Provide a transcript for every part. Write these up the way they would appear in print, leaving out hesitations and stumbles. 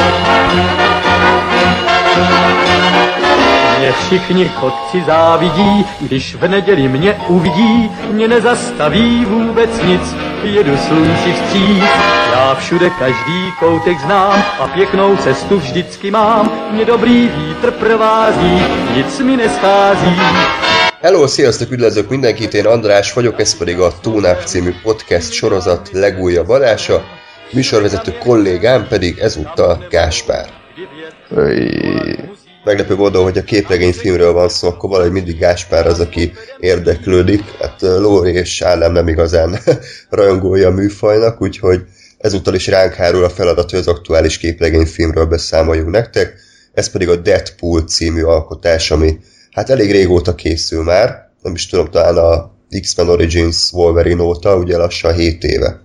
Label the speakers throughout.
Speaker 1: Mě všichni chodci závidí, když v neděli mě uvidí, mě nezastaví vůbec nic, jedu slunci vstříc. Já všude každý koutek znám a pěknou cestu vždycky mám, mě dobrý vítr provází, nic mi neschází.
Speaker 2: Hello, sziasztok, üdvözlök mindenkit, én András vagyok, ez pedig a Tónáp című podcast sorozat legújabb adása, műsorvezető kollégám pedig ezúttal Gáspár. Meglepő módon, hogy a képregényfilmről van szó, akkor valahogy mindig Gáspár az, aki érdeklődik. Hát Lóri és Ádám nem igazán rajongója a műfajnak, úgyhogy ezúttal is ránk hárul a feladat, hogy az aktuális képregényfilmről beszámoljunk nektek. Ez pedig a Deadpool című alkotás, ami hát elég régóta készül már. Nem is tudom, talán a X-Men Origins Wolverine óta, ugye lassan 7 éve.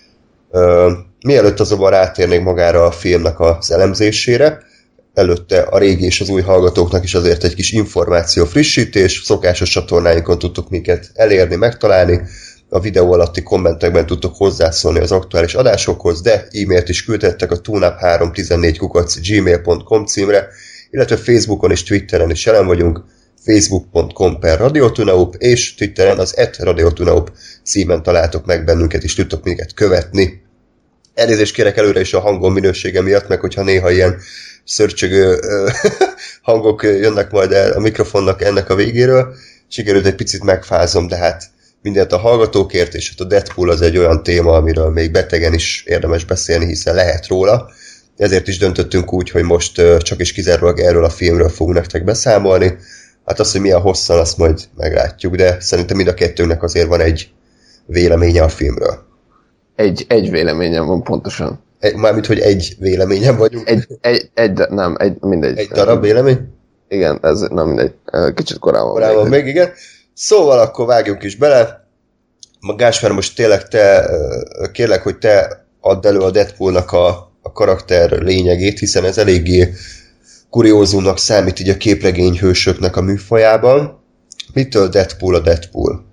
Speaker 2: Mielőtt azonban rátérnék magára a filmnek az elemzésére, előtte a régi és az új hallgatóknak is azért egy kis információ frissítés, szokásos csatornáinkon tudtok minket elérni, megtalálni, a videó alatti kommentekben tudtok hozzászólni az aktuális adásokhoz, de e-mailt is küldhettek a tunap314@gmail.com címre, illetve Facebookon és Twitteren is jelen vagyunk, facebook.com/radiotunaup, és Twitteren az @radiotunaup címen találtok meg bennünket, és tudtok minket követni. Elnézést kérek előre is a hangom minősége miatt, meg hogyha néha ilyen szörcsögő hangok jönnek majd el a mikrofonnak ennek a végéről. Sikerült egy picit megfázom, de hát mindent a hallgatókért, és hát a Deadpool az egy olyan téma, amiről még betegen is érdemes beszélni, hiszen lehet róla. Ezért is döntöttünk úgy, hogy most csak és kizárólag erről a filmről fogunk nektek beszámolni. Hát az, hogy milyen hosszan, azt majd meglátjuk, de szerintem mind a kettőnknek azért van egy véleménye a filmről.
Speaker 3: Egy véleményem van pontosan.
Speaker 2: Mármint, hogy egy véleményem vagyunk.
Speaker 3: Mindegy.
Speaker 2: Egy darab vélemény?
Speaker 3: Igen, ez nem mindegy. Kicsit korábban.
Speaker 2: Korábban még, igen. Szóval akkor vágjunk is bele. Gáspár, most tényleg kérlek, hogy te add elő a Deadpoolnak a karakter lényegét, hiszen ez eléggé kuriózumnak számít így a képregényhősöknek a műfajában. Mitől Deadpool a Deadpool?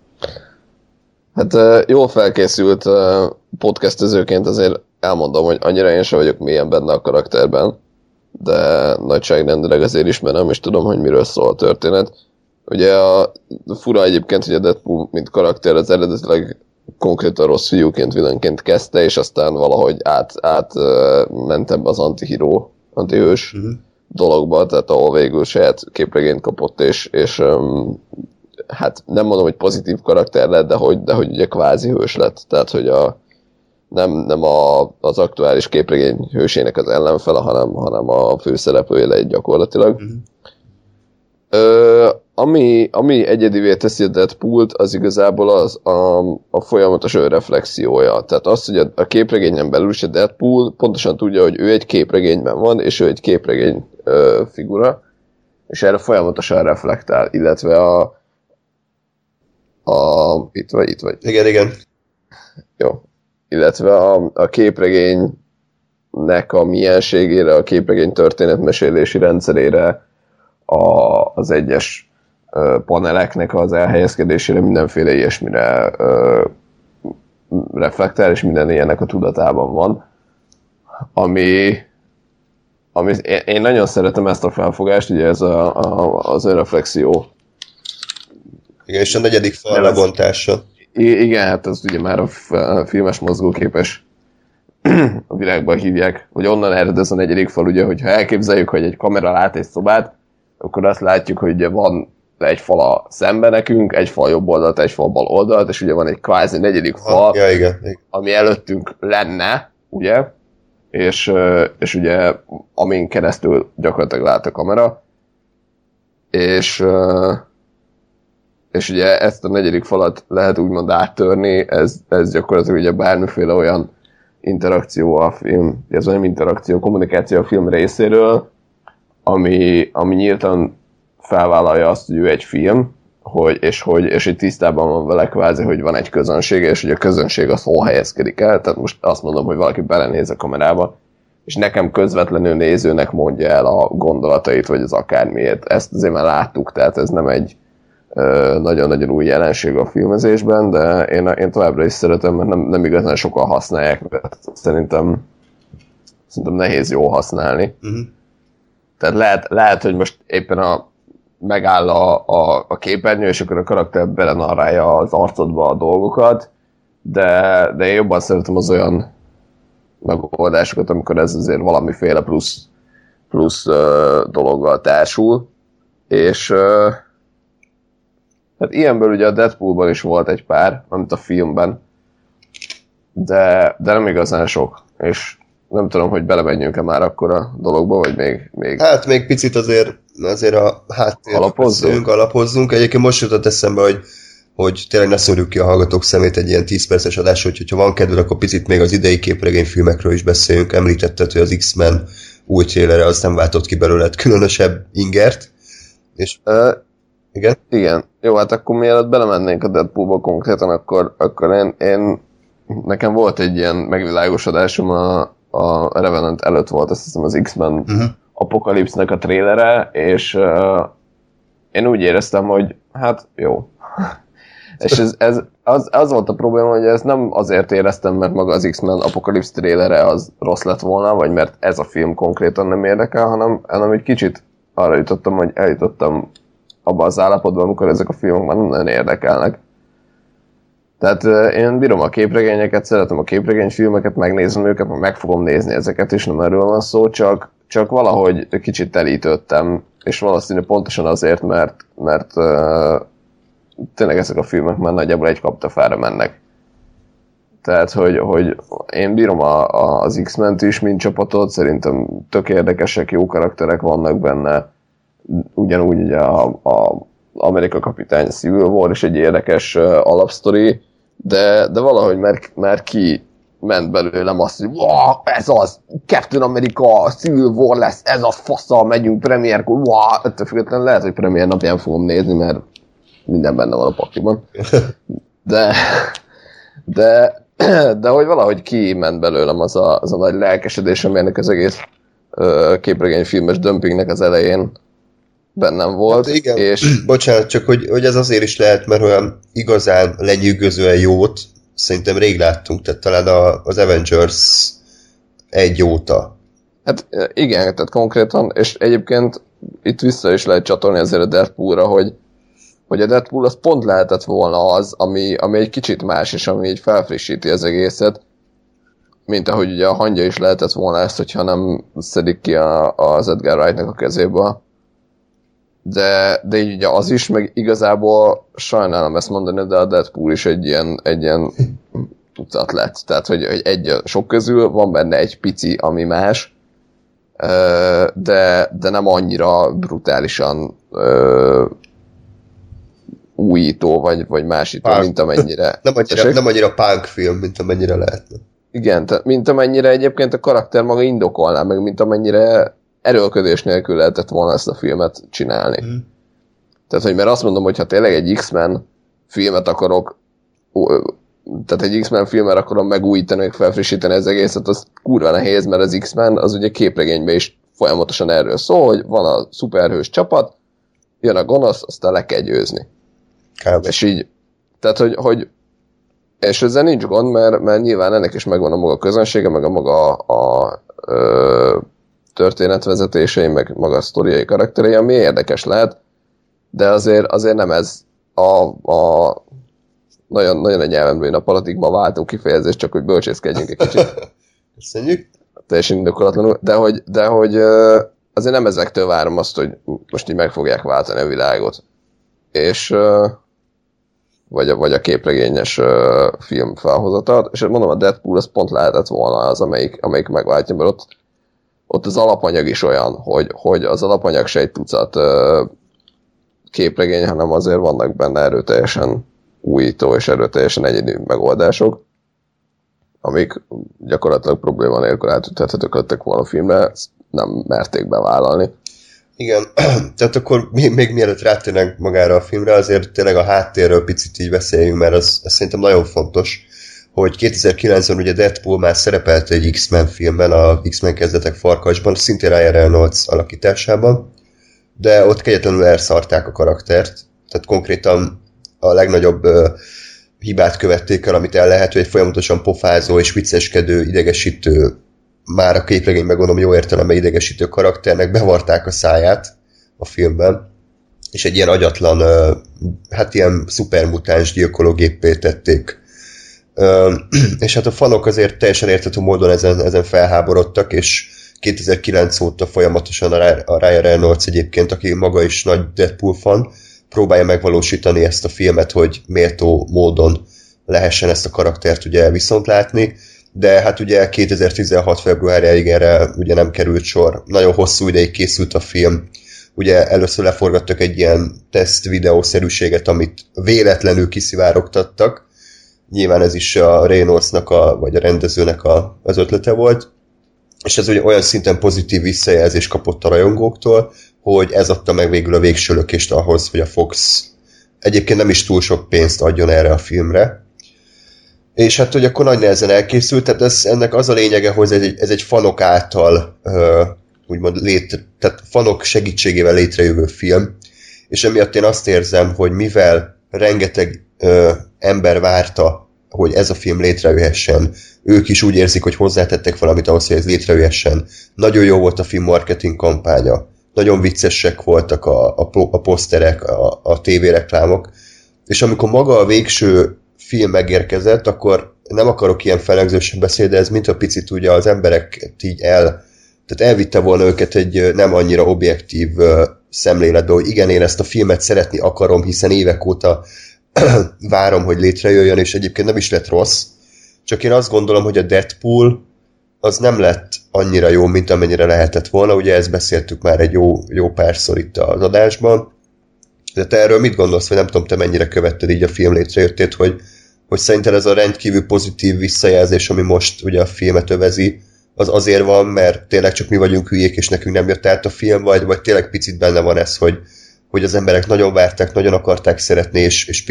Speaker 3: Hát jól felkészült podcastezőként azért elmondom, hogy annyira én sem vagyok mélyen benne a karakterben, de nagyságrendileg azért ismerem, és tudom, hogy miről szól a történet. Ugye fura egyébként, hogy a Deadpool mint karakter az eredetileg konkrétan rossz fiúként, villanként kezdte, és aztán valahogy ment ebbe az antihős dologba, tehát ahol végül saját képregényt kapott, és hát nem mondom, hogy pozitív karakter lett, de hogy ugye kvázi hős lett, tehát hogy nem az aktuális képregény hősének az ellenfele, hanem a főszereplője lett gyakorlatilag. Ami egyedivé teszi a Deadpoolt, az igazából a folyamatos önreflexiója. Tehát az, hogy a képregényen belül is a Deadpool pontosan tudja, hogy ő egy képregényben van, és ő egy képregény figura, és erre folyamatosan reflektál, illetve itt vagy.
Speaker 2: Igen.
Speaker 3: Jó. Illetve a képregénynek a mienségére, a képregény történetmesélési rendszerére, az egyes paneleknek az elhelyezkedésére, mindenféle ilyesmire reflektál, és minden ilyennek a tudatában van. Ami én nagyon szeretem ezt a felfogást, ugye ez az önreflexió.
Speaker 2: Igen, és a negyedik fal lebontása.
Speaker 3: Igen, hát ez ugye már a filmes mozgóképes a világban hívják, hogy onnan ered ez a negyedik fal, ugye, hogyha elképzeljük, hogy egy kamera lát egy szobát, akkor azt látjuk, hogy ugye van egy fal a szembe nekünk, egy fal jobb oldalt, egy fal bal oldalt, és ugye van egy kvázi negyedik fal,
Speaker 2: igen.
Speaker 3: Ami előttünk lenne, ugye, és ugye amin keresztül gyakorlatilag lát a kamera, és ugye ezt a negyedik falat lehet úgymond áttörni, ez gyakorlatilag ugye bármiféle olyan interakció a film, ez nem interakció, kommunikáció a film részéről, ami nyíltan felvállalja azt, hogy ő egy film, és hogy tisztában van vele kvázi, hogy van egy közönsége, és hogy a közönség az hol helyezkedik el. Tehát most azt mondom, hogy valaki belenéz a kamerába, és nekem közvetlenül nézőnek mondja el a gondolatait, vagy az akármiért. Ezt azért már láttuk, tehát ez nem egy nagyon-nagyon új jelenség a filmezésben, de én továbbra is szeretem, mert nem igazán sokan használják, mert szerintem szerintem nehéz jól használni. Tehát lehet, hogy most éppen megáll a képernyő, és akkor a karakter belenarrálja az arcodba a dolgokat, de én jobban szeretem az olyan megoldásokat, amikor ez azért valamiféle plusz dologgal társul, és hát ilyenből ugye a Deadpoolban is volt egy pár, amit a filmben, de nem igazán sok, és nem tudom, hogy belemenjünk-e már akkor a dologba, vagy még...
Speaker 2: Hát még picit azért a háttérbe alapozzunk. Egyébként most jutott eszembe, hogy tényleg ne szórjuk ki a hallgatók szemét egy ilyen 10 perces adásra, hogyha van kedved, akkor picit még az idei képregényfilmekről is beszéljünk. Említetted, hogy az X-Men új trélere, az nem váltott ki belőled különösebb ingert. És... igen? Igen.
Speaker 3: Jó, hát akkor mielőtt belemennénk a Deadpoolba konkrétan, akkor én nekem volt egy ilyen megvilágosodásom a Revenant előtt volt, azt hiszem az X-Men Apocalypse-nek a trélere, és én úgy éreztem, hogy hát jó. És az volt a probléma, hogy ezt nem azért éreztem, mert maga az X-Men Apocalypse trélere az rossz lett volna, vagy mert ez a film konkrétan nem érdekel, hanem egy kicsit arra jutottam, hogy eljutottam abban az állapotban, amikor ezek a filmek már nem nagyon érdekelnek. Tehát én bírom a képregényeket, szeretem a képregényfilmeket, megnézem őket, meg fogom nézni ezeket is, nem erről van szó, csak valahogy kicsit telítődtem, és valószínű pontosan azért, mert tényleg ezek a filmek már nagyjából egy kaptafára mennek. Tehát, hogy én bírom az X-Men-t is, mint csapatot, szerintem tök érdekesek, jó karakterek vannak benne, ugyanúgy ugye a Amerika kapitány Civil War is egy érdekes alapsztori, de valahogy már ki ment belőlem azt, hogy ez az, Captain America, Civil War lesz, ez a fasza, megyünk premierkor, ettől függetlenül lehet, hogy premier napján fogom nézni, mert minden benne van a pakliban. De hogy valahogy ki-ment belőlem az a nagy lelkesedés, ami ennek az egész képregényfilmes dömpingnek az elején bennem volt.
Speaker 2: Hát igen, és... bocsánat, csak hogy ez azért is lehet, mert olyan igazán lenyűgözően jót szerintem rég láttunk, tehát talán az Avengers 1 óta.
Speaker 3: Hát igen, tehát konkrétan, és egyébként itt vissza is lehet csatolni azért a Deadpoolra, hogy a Deadpool az pont lehetett volna az, ami egy kicsit más, és ami így felfrissíti az egészet, mint ahogy ugye a hangja is lehetett volna ezt, hogyha nem szedik ki az Edgar Wrightnak a kezéből. De így ugye az is, meg igazából sajnálom ezt mondani, de a Deadpool is egy ilyen tucat lett. Tehát, hogy egy sok közül van benne egy pici, ami más, de nem annyira brutálisan újító, vagy másító,
Speaker 2: punk.
Speaker 3: Mint amennyire...
Speaker 2: nem annyira punk film, mint amennyire lehetne.
Speaker 3: Igen, tehát mint amennyire egyébként a karakter maga indokolná, meg mint amennyire erőlködés nélkül lehetett volna ezt a filmet csinálni. Tehát, hogy mert azt mondom, hogy ha tényleg egy X-Men filmet akarok, tehát egy X-Men filmet akarom megújítani, meg felfrissíteni az egészet, az kurva nehéz, mert az X-Men az ugye képregényben is folyamatosan erről szól, hogy van a szuperhős csapat, jön a gonosz, aztán le kell győzni. És így, tehát, hogy és ezzel nincs gond, mert nyilván ennek is megvan a maga közönsége, meg a maga történetvezetései, meg maga a sztoriai karakterei, ami érdekes lehet, de azért nem ez nagyon, nagyon a nyelvemről a paradigma váltó kifejezés, csak hogy bölcsészkedjünk egy kicsit.
Speaker 2: Köszönjük.
Speaker 3: Teljesen indokolatlanul, de hogy azért nem ezektől várom azt, hogy most így meg fogják váltani a világot. És vagy a képregényes film felhozatat, és mondom, a Deadpool az pont lehetett volna az, amelyik megváltja, mert ott az alapanyag is olyan, hogy az alapanyag se egy tucat képregény, hanem azért vannak benne erőteljesen újító és erőteljesen egyéni megoldások, amik gyakorlatilag probléma nélkül átüthethetők lettek volna a filmre, ezt nem merték bevállalni.
Speaker 2: Igen, tehát akkor még mielőtt rátérnek magára a filmre, azért tényleg a háttérről picit így beszéljünk, mert az szerintem nagyon fontos, hogy 2009-ben ugye Deadpool már szerepelt egy X-Men filmben, a X-Men kezdetek farkasban, szintén Ryan Reynolds alakításában, de ott kegyetlenül elszarták a karaktert, tehát konkrétan a legnagyobb hibát követték el, amit el lehet, hogy egy folyamatosan pofázó és vicceskedő, idegesítő már a képregényben gondolom jó értelemben idegesítő karakternek bevarták a száját a filmben, és egy ilyen agyatlan, hát ilyen szupermutáns gyilkológéppé tették. És hát a fanok azért teljesen érthető módon ezen felháborodtak, és 2009 óta folyamatosan a Ryan Reynolds egyébként, aki maga is nagy Deadpool fan, próbálja megvalósítani ezt a filmet, hogy méltó módon lehessen ezt a karaktert ugye viszont látni, de hát ugye 2016 februárjáig erre ugye nem került sor. Nagyon hosszú ideig készült a film. Ugye először leforgattak egy ilyen teszt videószerűséget, amit véletlenül kiszivárogtattak. Nyilván ez is a Reynoldsnak vagy a rendezőnek az ötlete volt. És ez ugye olyan szinten pozitív visszajelzést kapott a rajongóktól, hogy ez adta meg végül a végső lökést ahhoz, hogy a Fox egyébként nem is túl sok pénzt adjon erre a filmre. És hát, hogy akkor nagy nehezen elkészült, tehát ennek az a lényege, hogy ez egy fanok által úgymond tehát fanok segítségével létrejövő film, és emiatt én azt érzem, hogy mivel rengeteg ember várta, hogy ez a film létrejöhessen, ők is úgy érzik, hogy hozzátettek valamit ahhoz, hogy ez létrejöhessen. Nagyon jó volt a film marketing kampánya, nagyon viccesek voltak a poszterek, a tévéreklámok, és amikor maga a végső film megérkezett, akkor nem akarok ilyen fellegzősen beszélni, de ez mint a picit ugye az emberek így tehát elvitte volna őket egy nem annyira objektív szemléletbe, hogy igen, én ezt a filmet szeretni akarom, hiszen évek óta várom, hogy létrejöjjön, és egyébként nem is lett rossz. Csak én azt gondolom, hogy a Deadpool az nem lett annyira jó, mint amennyire lehetett volna. Ugye ezt beszéltük már egy jó párszor itt az adásban. De te erről mit gondolsz, vagy nem tudom, te mennyire követted így a film létrejöttét, hogy szerinted ez a rendkívül pozitív visszajelzés, ami most ugye a filmet övezi, az azért van, mert tényleg csak mi vagyunk hülyék, és nekünk nem jött át a film, vagy tényleg picit benne van ez, hogy az emberek nagyon várták, nagyon akarták szeretni, és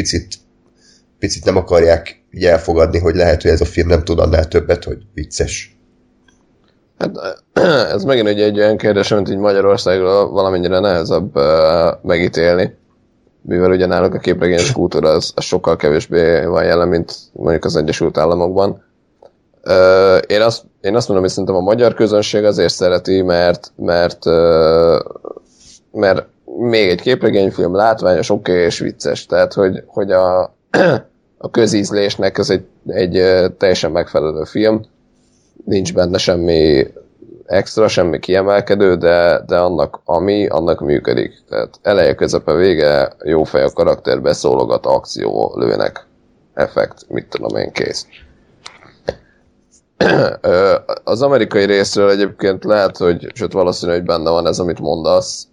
Speaker 2: picit nem akarják így elfogadni, hogy lehet, hogy ez a film nem tud annál többet, hogy vicces.
Speaker 3: Hát ez megint egy olyan kérdés, amit így Magyarországról valamennyire nehezebb megítélni, mivel ugye náluk a képregényes kultúra az sokkal kevésbé van jelen, mint mondjuk az Egyesült Államokban. Én azt mondom, hogy szerintem a magyar közönség azért szereti, mert még egy képregényfilm látványos, oké, és vicces. Tehát, hogy a közízlésnek ez egy teljesen megfelelő film. Nincs benne semmi extra, semmi kiemelkedő, de annak működik. Tehát eleje, közepe, vége, jó fej a karakter, beszólogat, akció, lőnek, effekt, mit tudom én, kész. Az amerikai részről egyébként lehet, sőt valószínű, hogy benne van ez, amit mondasz,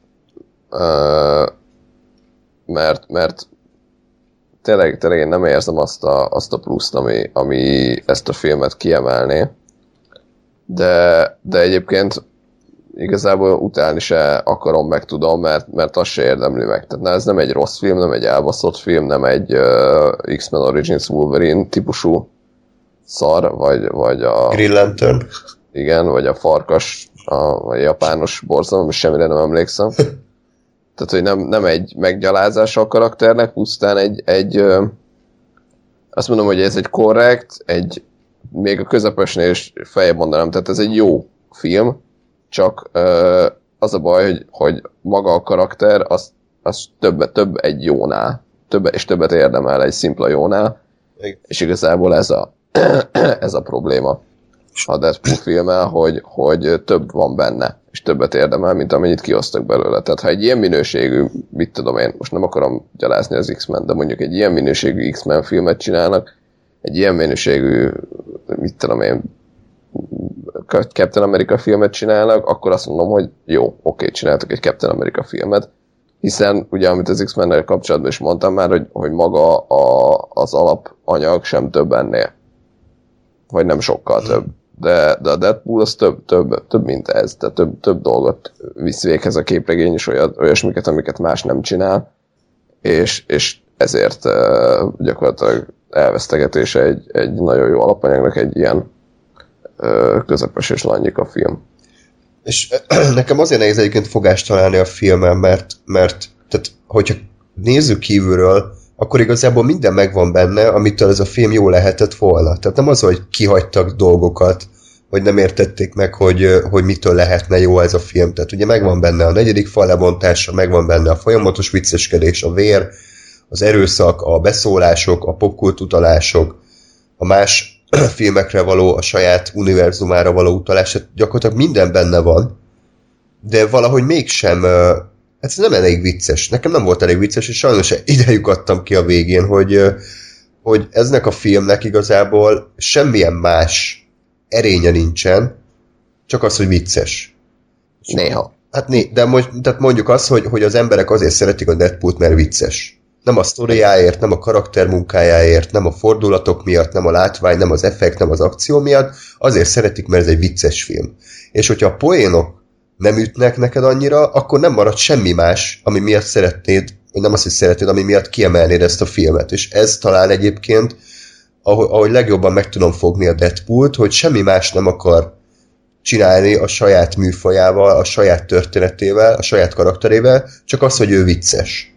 Speaker 3: mert tényleg én nem érzem azt a pluszt, ami ezt a filmet kiemelné, de egyébként igazából utálni se akarom, meg tudom, mert azt se érdemli meg. Tehát ez nem egy rossz film, nem egy elbaszott film, nem egy X-Men Origins Wolverine típusú szar, vagy a...
Speaker 2: Green Lantern.
Speaker 3: Igen, vagy a farkas, a japános borzalom, és semmire nem emlékszem. Tehát, hogy nem egy meggyalázása a karakternek, pusztán azt mondom, hogy ez egy korrekt, még a közepesnél is feljebb mondanám, tehát ez egy jó film, csak az a baj, hogy maga a karakter az több egy jónál, többet érdemel egy szimpla jónál, és igazából ez a probléma a Deadpool filmmel, hogy több van benne, és többet érdemel, mint amennyit kiosztak belőle. Tehát ha egy ilyen minőségű, mit tudom én, most nem akarom gyalázni az X-Men, de mondjuk egy ilyen minőségű X-Men filmet csinálnak, egy ilyen minőségű, mit tudom én, Captain America filmet csinálnak, akkor azt mondom, hogy jó, oké, csináltak egy Captain America filmet, hiszen ugye, amit az X-Men-nel kapcsolatban is mondtam már, hogy maga az alapanyag sem több ennél. Vagy nem sokkal több. De a Deadpool az több mint ez. Tehát több dolgot visz véghez a képregény, és olyasmiket, amiket más nem csinál. És ezért gyakorlatilag elvesztegetése egy nagyon jó alapanyagnak egy ilyen közepes és langyika film.
Speaker 2: És nekem azért nehéz egyébként fogást találni a filmen, mert tehát, hogyha nézzük kívülről, akkor igazából minden megvan benne, amitől ez a film jó lehetett volna. Tehát nem az, hogy kihagytak dolgokat, vagy nem értették meg, hogy mitől lehetne jó ez a film. Tehát ugye megvan benne a negyedik fal lebontása, megvan benne a folyamatos vicceskedés, a vér, az erőszak, a beszólások, a popkult utalások, a más filmekre való, a saját univerzumára való utalás, tehát gyakorlatilag minden benne van, de valahogy mégsem, ez nem elég vicces. Nekem nem volt elég vicces, és sajnos ide lyukadtam ki a végén, hogy eznek a filmnek igazából semmilyen más erénye nincsen, csak az, hogy vicces.
Speaker 3: Néha.
Speaker 2: Hát de tehát mondjuk azt, hogy az emberek azért szeretik a Deadpoolt, mert vicces. Nem a sztoriáért, nem a karaktermunkájáért, nem a fordulatok miatt, nem a látvány, nem az effekt, nem az akció miatt, azért szeretik, mert ez egy vicces film. És hogyha a poénok nem ütnek neked annyira, akkor nem marad semmi más, ami miatt szeretnéd, vagy nem azt, hogy szeretnéd, ami miatt kiemelnéd ezt a filmet. És ez talán egyébként, ahogy legjobban meg tudom fogni a Deadpoolt, hogy semmi más nem akar csinálni a saját műfajával, a saját történetével, a saját karakterével, csak az, hogy ő vicces.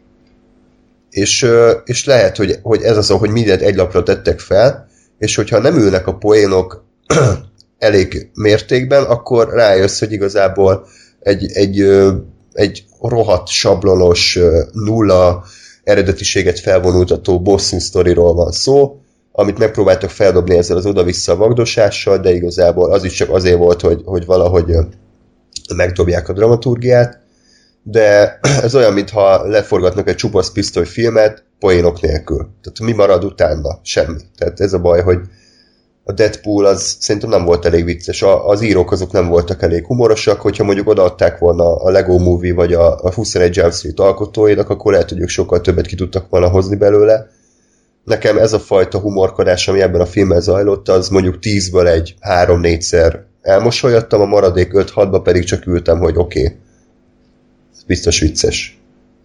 Speaker 2: És lehet, hogy ez az, hogy mindent egy lapra tettek fel, és hogyha nem ülnek a poénok elég mértékben, akkor rájössz, hogy igazából egy rohadt sablonos, nulla eredetiséget felvonultató bosszú sztoriról van szó, amit megpróbáltak feldobni ezzel az oda-vissza vagdosással, de igazából az is csak azért volt, hogy valahogy megdobják a dramaturgiát, de ez olyan, mintha leforgatnak egy csupasz pisztoly filmet poénok nélkül. Tehát mi marad utána? Semmi. Tehát ez a baj, hogy a Deadpool az szerintem nem volt elég vicces. Az írók azok nem voltak elég humorosak, hogyha mondjuk odaadták volna a Lego Movie vagy a 21 Jump Street alkotóinak, akkor lehet, hogy ők sokkal többet ki tudtak volna hozni belőle. Nekem ez a fajta humorkodás, ami ebben a filmben zajlott, az mondjuk 10-ből egy 3-4-szer elmosolyodtam, a maradék 5-6-ba pedig csak ültem, hogy oké, biztos vicces.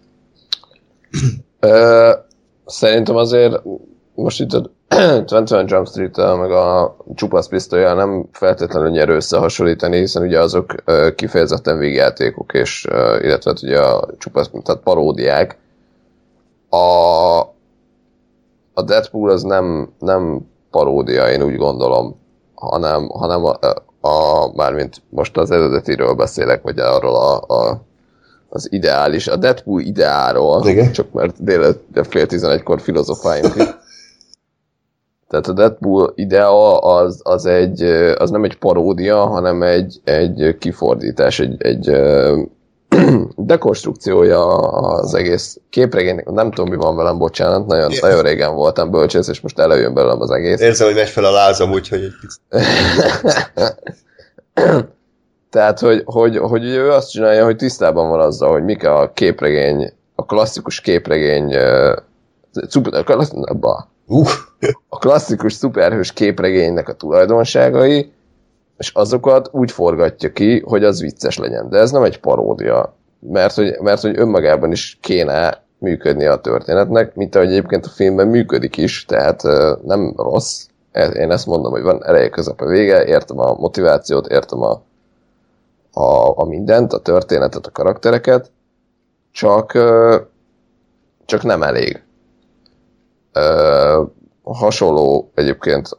Speaker 3: Szerintem azért most itt a 21 Jump Street-tel meg a csupasz pisztollyal nem feltétlenül nyer összehasonlítani, hiszen ugye azok kifejezetten végjátékok, és illetve ugye a csupasz, tehát paródiák. A Deadpool az nem paródia, én úgy gondolom, hanem mármint most az eredetiről beszélek, vagy arról az ideális, a Deadpool ideáról, igen. Csak mert délután 10:30-kor filozofáljunk itt. Tehát a Deadpool idea az nem egy paródia, hanem egy kifordítás, egy dekonstrukciója az egész képregénynek. Nem tudom, mi van velem, bocsánat, nagyon régen voltam bölcsész, és most előjön belőlem az egész.
Speaker 2: Érzem, hogy megy fel a lázam, úgyhogy egy picit.
Speaker 3: Tehát, hogy ő azt csinálja, hogy tisztában van azzal, hogy mik a képregény, a klasszikus képregény, a klasszikus szuperhős képregénynek a tulajdonságai, és azokat úgy forgatja ki, hogy az vicces legyen. De ez nem egy paródia, mert hogy önmagában is kéne működni a történetnek, mint ahogy egyébként a filmben működik is, tehát nem rossz. Én ezt mondom, hogy van eleje, közepe, vége, értem a motivációt, értem a mindent, a történetet, a karaktereket, csak nem elég. Hasonló egyébként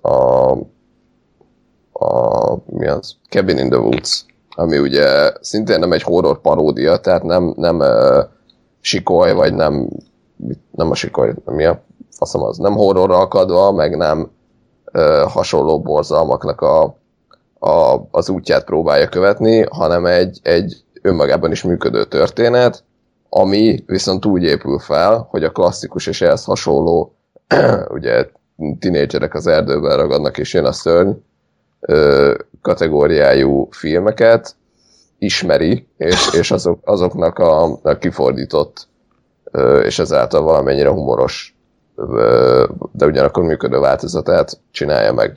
Speaker 3: mi az? Cabin in the Woods, ami ugye szintén nem egy horror paródia, tehát nem sikoly, vagy nem a sikoly, mi a faszom az, nem horrorra akadva, meg nem hasonló borzalmaknak az útját próbálja követni, hanem egy önmagában is működő történet, ami viszont úgy épül fel, hogy a klasszikus és ehhez hasonló ugye tinédzserek az erdőben ragadnak és jön a szörny kategóriájú filmeket ismeri, és azoknak a kifordított és ezáltal valamennyire humoros, de ugyanakkor működő változatát csinálja meg.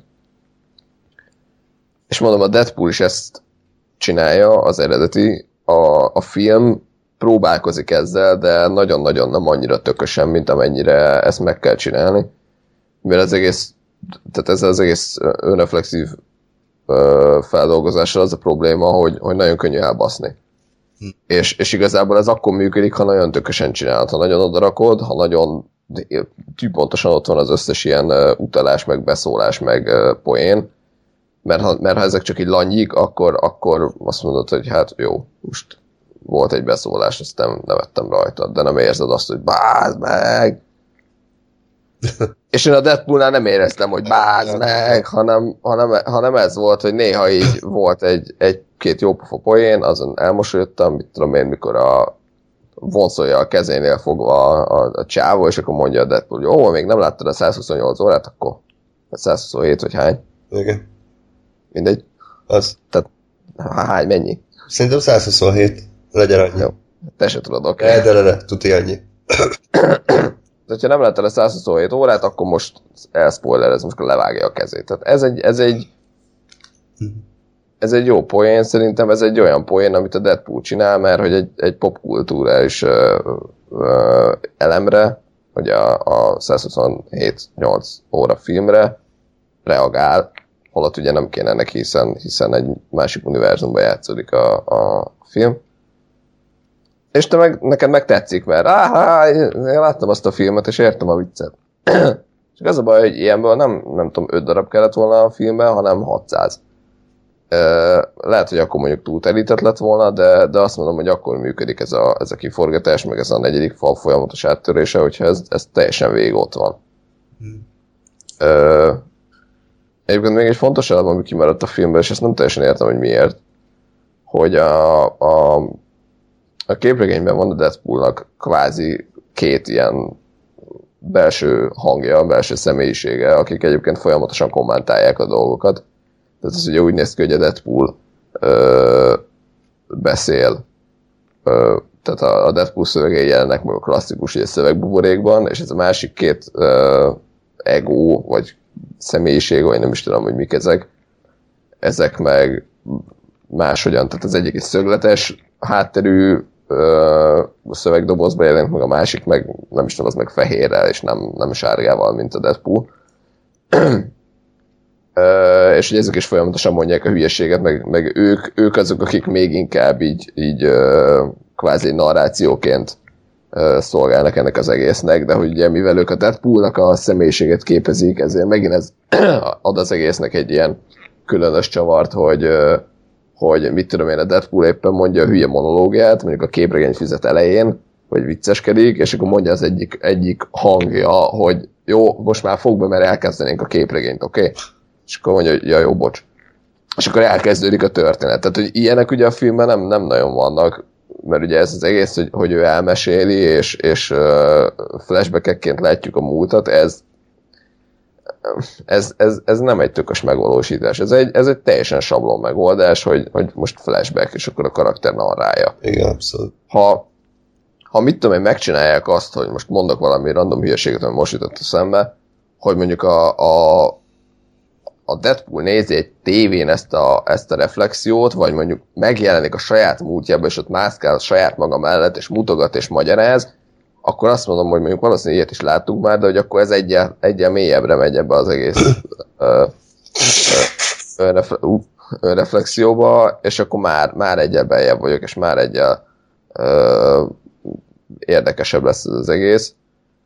Speaker 3: És mondom, a Deadpool is ezt csinálja, az eredeti. A film próbálkozik ezzel, de nagyon-nagyon nem annyira tökösen, mint amennyire ezt meg kell csinálni. Mert ez az egész önreflexív feldolgozással az a probléma, hogy nagyon könnyű elbaszni. És igazából ez akkor működik, ha nagyon tökösen csinálod, ha nagyon odarakod, ha nagyon tűpontosan ott van az összes ilyen utalás, meg beszólás, meg poén, mert ha ezek csak így lannyik, akkor azt mondod, hogy hát jó, most volt egy beszólás, aztán nevettem rajta, de nem érzed azt, hogy bázd meg! És én a Deadpoolnál nem éreztem, hogy bázd meg, hanem ez volt, hogy néha így volt egy-két jópofa poén, azon elmosolyodtam, mit tudom én, mikor vonszolja a kezénél fogva a csávó, és akkor mondja a Deadpool, hogy még nem láttad a 128 órát, akkor 127 vagy hány?
Speaker 2: Igen.
Speaker 3: Mindegy.
Speaker 2: Az.
Speaker 3: Tehát hány, mennyi?
Speaker 2: Szerintem 127. Legyen annyi.
Speaker 3: Jó. Te se tudod, oké.
Speaker 2: De, tuti annyi.
Speaker 3: De ha nem láttad a 127 órát, akkor most elspoilerez, most levágja a kezét. Tehát ez egy jó poén, szerintem ez egy olyan poén, amit a Deadpool csinál, mert hogy egy popkulturális elemre, hogy a 127-8 óra filmre reagál, holott ugye nem kéne neki, hiszen egy másik univerzumban játszódik a film. És neked meg tetszik, mert én láttam azt a filmet, és értem a viccet. Csak az a baj, hogy ilyenből nem tudom, 5 darab kellett volna a filmben, hanem 600. Lehet, hogy akkor mondjuk túl terített lett volna, de azt mondom, hogy akkor működik ez a kiforgatás, meg ez a 4. fal folyamatos áttörése, hogyha ez teljesen végig ott van. Egyébként még egy fontos elem, ami kimaradt a filmben, és ezt nem teljesen értem, hogy miért, hogy a képregényben van a Deadpoolnak kvázi 2 ilyen belső hangja, belső személyisége, akik egyébként folyamatosan kommentálják a dolgokat. Tehát ez ugye úgy néz ki, hogy a Deadpool beszél, tehát a Deadpool szövegei jelennek meg a klasszikus szövegbuborékban, és ez a másik 2 ego, vagy személyiség, vagy nem is tudom, hogy mik ezek meg máshogyan, tehát az egyik egy szögletes hátterű szövegdobozba jelent, meg a másik meg nem is tudom, az meg fehérrel, és nem sárgával, mint a Deadpool. És hogy ezek is folyamatosan mondják a hülyeséget, meg ők azok, akik még inkább így kvázi narrációként szolgálnak ennek az egésznek, de hogy ugye mivel ők a Deadpoolnak a személyiséget képezik, ezért megint ez ad az egésznek egy ilyen különös csavart, hogy mit tudom én, a Deadpool éppen mondja a hülye monológiát, mondjuk a képregény füzet elején, hogy vicceskedik, és akkor mondja az egyik hangja, hogy jó, most már fog be, mert elkezdenénk a képregényt, oké? És akkor mondja, hogy ja, jó, bocs. És akkor elkezdődik a történet. Tehát, hogy ilyenek ugye a filmben nem nagyon vannak, mert ugye ez az egész, hogy ő elmeséli, és flashback-ekként látjuk a múltat, ez nem egy tökös megvalósítás. Ez egy teljesen sablon megoldás, hogy most flashback, és akkor a karakter narrálja.
Speaker 2: Igen, abszolút.
Speaker 3: Ha mit tudom én, megcsinálják azt, hogy most mondok valami random hülyeséget, ami most jutott a szembe, hogy mondjuk a Deadpool nézi egy tévén ezt a reflexiót, vagy mondjuk megjelenik a saját múltjába, és ott mászkál a saját maga mellett, és mutogat, és magyaráz, akkor azt mondom, hogy mondjuk valószínűleg ilyet is láttunk már, de hogy akkor ez egyel mélyebbre megy ebbe az egész önreflexióba, és akkor már egyel beljebb vagyok, és már egyel érdekesebb lesz ez az egész.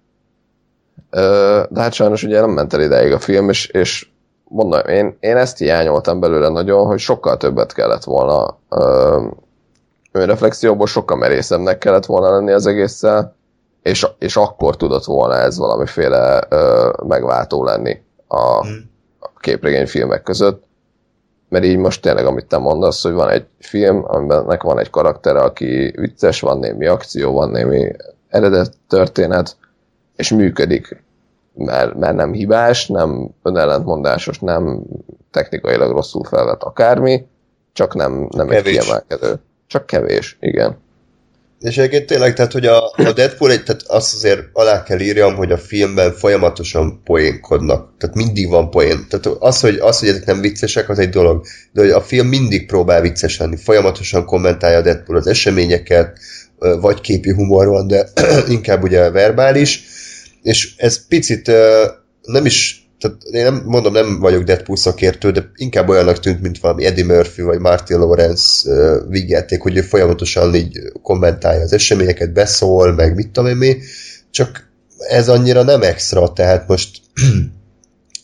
Speaker 3: De hát sajnos ugye nem ment el ideig a film, és mondom, én ezt hiányoltam belőle nagyon, hogy sokkal többet kellett volna önreflexióból, sokkal merészebbnek kellett volna lenni az egésszel, és akkor tudott volna ez valamiféle megváltó lenni a képregényfilmek között, mert így most tényleg, amit te mondasz, hogy van egy film, amiben van egy karakter, aki vicces, van némi akció, van némi eredet történet, és működik, mert nem hibás, nem önellentmondásos, nem technikailag rosszul felvett akármi, csak nem egy kiemelkedő. Csak kevés, igen.
Speaker 2: És egyébként tényleg, tehát, hogy a Deadpool, tehát azt azért alá kell írjam, hogy a filmben folyamatosan poénkodnak. Tehát mindig van poén. Tehát az, hogy ezek nem viccesek, az egy dolog. De hogy a film mindig próbál vicces lenni. Folyamatosan kommentálja a Deadpool az eseményeket, vagy képi humor van, de inkább ugye verbális. És ez picit nem is, tehát én nem vagyok Deadpool szakértő, de inkább olyannak tűnt, mint valami Eddie Murphy vagy Martin Lawrence vígjáték, hogy ő folyamatosan így kommentálja az eseményeket, beszól, meg mit tudom én mi, csak ez annyira nem extra, tehát most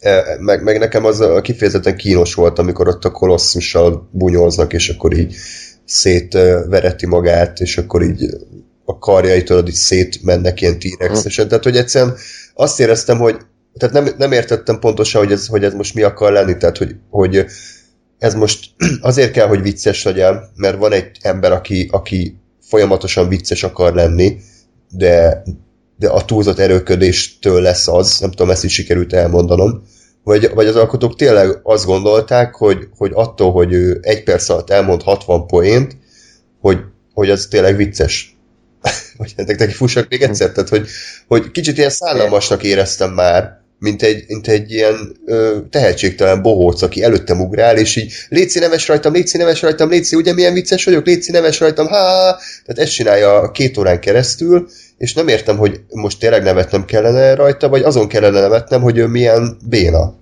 Speaker 2: meg nekem az kifejezetten kínos volt, amikor ott a kolosszussal bunyóznak, és akkor így szétvereti magát, és akkor így a karjaitól így szétmennek ilyen T-rexesen. Tehát, hogy egyszerűen azt éreztem, hogy tehát nem értettem pontosan, hogy ez most mi akar lenni, tehát, hogy ez most azért kell, hogy vicces legyen, mert van egy ember, aki folyamatosan vicces akar lenni, de a túlzott erőködéstől lesz az, nem tudom, ezt is sikerült elmondanom, vagy az alkotók tényleg azt gondolták, hogy attól, hogy ő egy perc alatt elmond 60 poént, hogy az tényleg vicces. Vagy nektek fussak még egyszer, tehát hogy kicsit ilyen szállalmasnak éreztem már, mint egy ilyen tehetségtelen bohóc, aki előttem ugrál, és így léci neves rajtam, léci, ugye milyen vicces vagyok, léci neves rajtam, tehát ezt csinálja 2 órán keresztül, és nem értem, hogy most tényleg nevetnem kellene rajta, vagy azon kellene nevetnem, hogy ő milyen béna.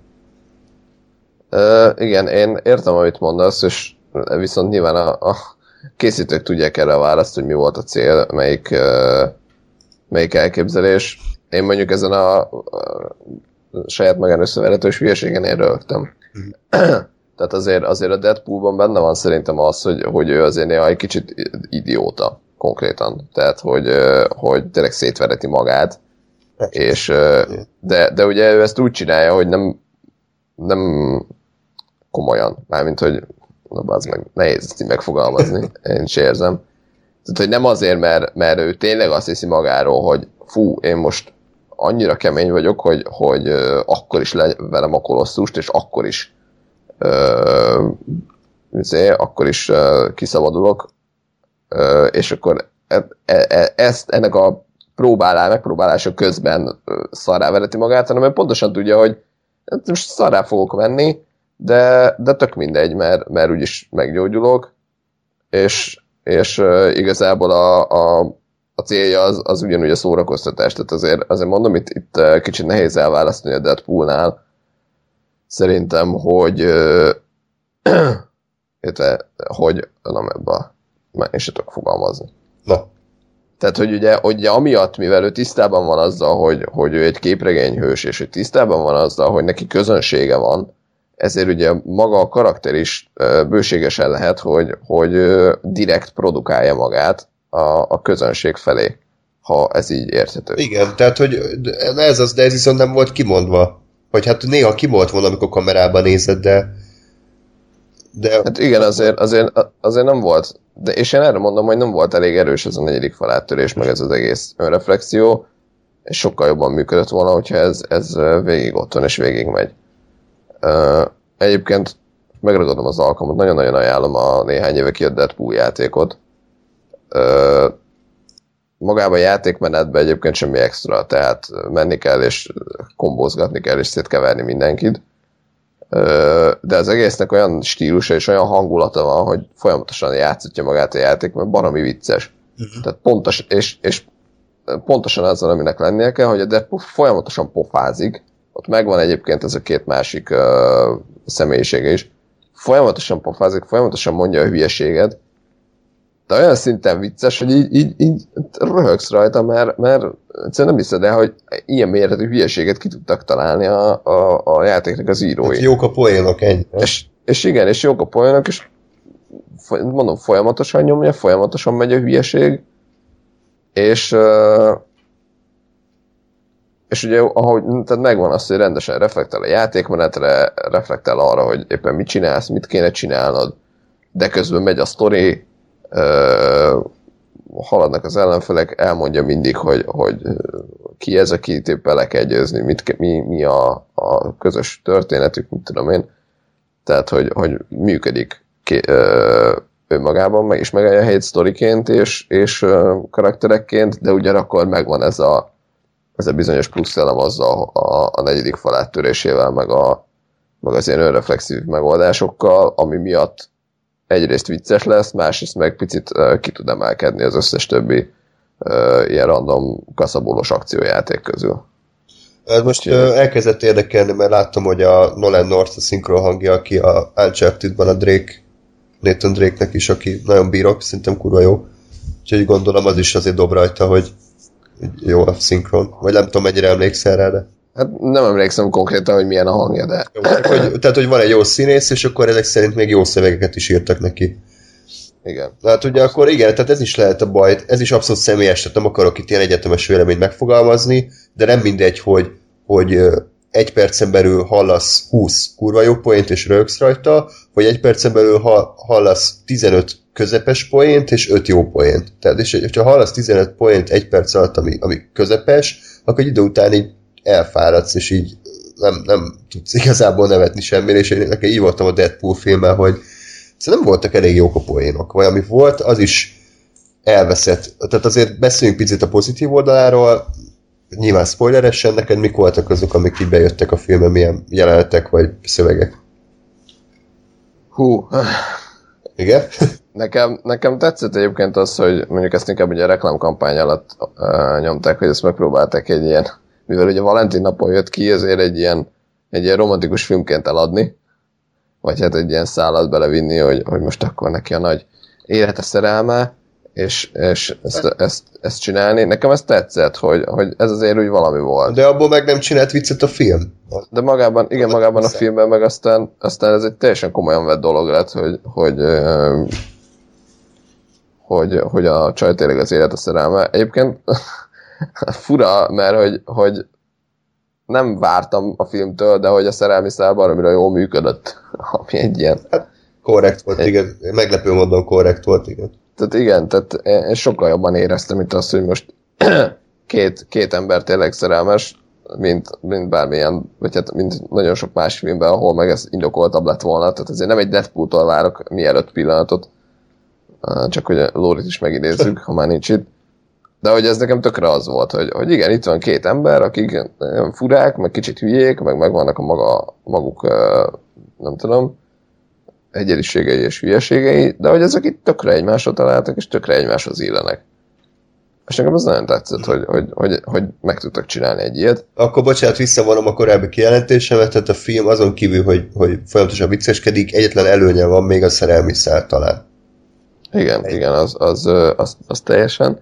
Speaker 3: Igen, én értem, amit mondasz, és viszont nyilván a készítők tudják erre a választ, hogy mi volt a cél, melyik elképzelés. Én mondjuk ezen a saját magán összeveretős hülyeségen én rögtem. Tehát azért a Deadpoolban benne van szerintem az, hogy ő azért néha egy kicsit idióta konkrétan. Tehát, hogy tényleg szétvereti magát. És, de ugye ő ezt úgy csinálja, hogy nem komolyan. Mármint, hogy az meg nehéz ezt így megfogalmazni. Én is érzem. Tehát, hogy nem azért, mert ő tényleg azt hiszi magáról, hogy fú, én most annyira kemény vagyok, hogy akkor is levelem a kolosszust, és akkor is kiszabadulok, és akkor ennek a megpróbálása közben szarrá vereti magát, hanem ő pontosan tudja, hogy most szarrá fogok venni, de tök mindegy, mert úgyis meggyógyulok, és igazából a célja az ugyanúgy a szórakoztatás, tehát azért mondom, itt kicsit nehéz elválasztani a Deadpoolnál. Szerintem, hogy nem ebben én sem tudok fogalmazni.
Speaker 2: Na.
Speaker 3: Tehát, hogy amiatt, mivel ő tisztában van azzal, hogy ő egy képregényhős, és hogy tisztában van azzal, hogy neki közönsége van, ezért ugye maga a karakter is bőségesen lehet, hogy direkt produkálja magát a közönség felé, ha ez így érthető.
Speaker 2: Igen, tehát, hogy de ez viszont nem volt kimondva. Vagy hát néha kimondva volna, amikor kamerában nézed, de...
Speaker 3: Hát igen, azért nem volt. És én erre mondom, hogy nem volt elég erős ez a 4. fal áttörés, meg ez az egész önreflexió, és sokkal jobban működött volna, hogyha ez végig ott van, és végig megy. Egyébként megragadom az alkalmat, nagyon-nagyon ajánlom a néhány éve kijött Deadpool játékot. Magában a játékmenetben egyébként semmi extra, tehát menni kell, és kombózgatni kell, és szétkeverni mindenkit. De az egésznek olyan stílusa és olyan hangulata van, hogy folyamatosan játszhatja magát a játék, mert baromi vicces. Tehát pontosan azzal, aminek lennie kell, hogy a Deadpool folyamatosan pofázik. Ott megvan egyébként ez a 2 másik személyisége is. Folyamatosan pofázik, folyamatosan mondja a hülyeséget, de olyan szinten vicces, hogy így röhögsz rajta, mert egyszerűen nem hiszed el, hogy ilyen méretű hülyeséget ki tudtak találni a játéknak az írói.
Speaker 2: Hát jók a poénok, ennyi.
Speaker 3: És igen, és jók a poénok, és mondom, folyamatosan nyomja, folyamatosan megy a hülyeség, és ugye, ahogy tehát megvan az, hogy rendesen reflektál a játékmenetre, reflektál arra, hogy éppen mit csinálsz, mit kéne csinálnod, de közben megy a sztori, haladnak az ellenfelek, elmondja mindig, hogy ki ez, akit éppen le kell győzni, mi a közös történetük, mit tudom én. Tehát, hogy működik önmagában, meg is megállja a helyét sztoriként és karakterekként, de ugyanakkor megvan ez a bizonyos plusz elem azzal a 4. fal áttörésével, meg az ilyen önreflexív megoldásokkal, ami miatt egyrészt vicces lesz, másrészt meg picit ki tud emelkedni az összes többi ilyen random kaszabolós akciójáték közül.
Speaker 2: Ez most elkezdett érdekelni, mert láttam, hogy a Nolan North a szinkron hangja, aki a Uncharted-ban a Nathan Drake-nek is, aki nagyon bírok, szerintem kurva jó. Úgyhogy gondolom az is azért dob rajta, hogy jó a szinkron. Vagy nem tudom, mennyire emlékszel rá, de...
Speaker 3: Hát nem emlékszem konkrétan, hogy milyen a hangja, de...
Speaker 2: Tehát, hogy van egy jó színész, és akkor ezek szerint még jó szövegeket is írtak neki.
Speaker 3: Igen.
Speaker 2: Hát ugye akkor igen, tehát ez is lehet a baj, ez is abszolút személyes, tehát nem akarok itt ilyen egyetemes véleményt megfogalmazni, de nem mindegy, hogy egy percen belül hallasz 20 kurva jó poént és rögsz rajta, vagy egy percen belül hallasz 15 közepes poént és 5 jó poént. Tehát és ha hallasz 15 poént egy perc alatt, ami közepes, akkor egy idő után így elfáradsz, és így nem tudsz igazából nevetni semmire, és én nekem így voltam a Deadpool filmmel, hogy nem voltak elég jók a poénok, vagy ami volt, az is elveszett. Tehát azért beszéljünk picit a pozitív oldaláról, nyilván spoileresen, neked mik voltak azok, amik így bejöttek a filmben, milyen jelenetek vagy szövegek?
Speaker 3: Hú.
Speaker 2: Igen?
Speaker 3: Nekem tetszett egyébként az, hogy mondjuk ezt inkább ugye a reklámkampány alatt nyomták, hogy ezt megpróbálták egy ilyen, mivel ugye Valentin napon jött ki, ezért egy ilyen romantikus filmként eladni, vagy hát egy ilyen szállat belevinni, hogy most akkor neki a nagy élete szerelme, és ezt csinálni. Nekem ez tetszett, hogy ez azért úgy valami volt.
Speaker 2: De abból meg nem csinált viccet a film.
Speaker 3: De magában a filmben meg aztán ez egy teljesen komolyan vett dolog lett, hogy a csaj tényleg az élete szerelme. Egyébként fura, mert hogy nem vártam a filmtől, de hogy a szerelmi szál baromira jól működött, ami egy ilyen...
Speaker 2: Hát, korrekt volt, igen. Meglepő módon korrekt volt, igen.
Speaker 3: Tehát igen, tehát én sokkal jobban éreztem, mint az, hogy most két ember tényleg szerelmes, mint bármilyen, vagy hát mint nagyon sok más filmben, ahol meg ez indokoltabb lett volna. Tehát azért nem egy Deadpool-tól várok mielőtt pillanatot, csak hogy Lórit is megidézzük, ha már nincs itt. De hogy ez nekem tökre az volt, hogy igen, itt van két ember, akik furák, meg kicsit hülyék, meg megvannak a maguk, nem tudom, egyediségei és hülyeségei, de hogy ezek itt tökre egymásra találtak, és tökre egymáshoz illenek. És nekem az nagyon tetszett, hogy meg tudtak csinálni egy ilyet.
Speaker 2: Akkor bocsánat, visszavonom a korábbi kijelentésemet, tehát a film azon kívül, hogy folyamatosan vicceskedik, egyetlen előnye van még a szerelmi szál talán.
Speaker 3: Igen, az teljesen.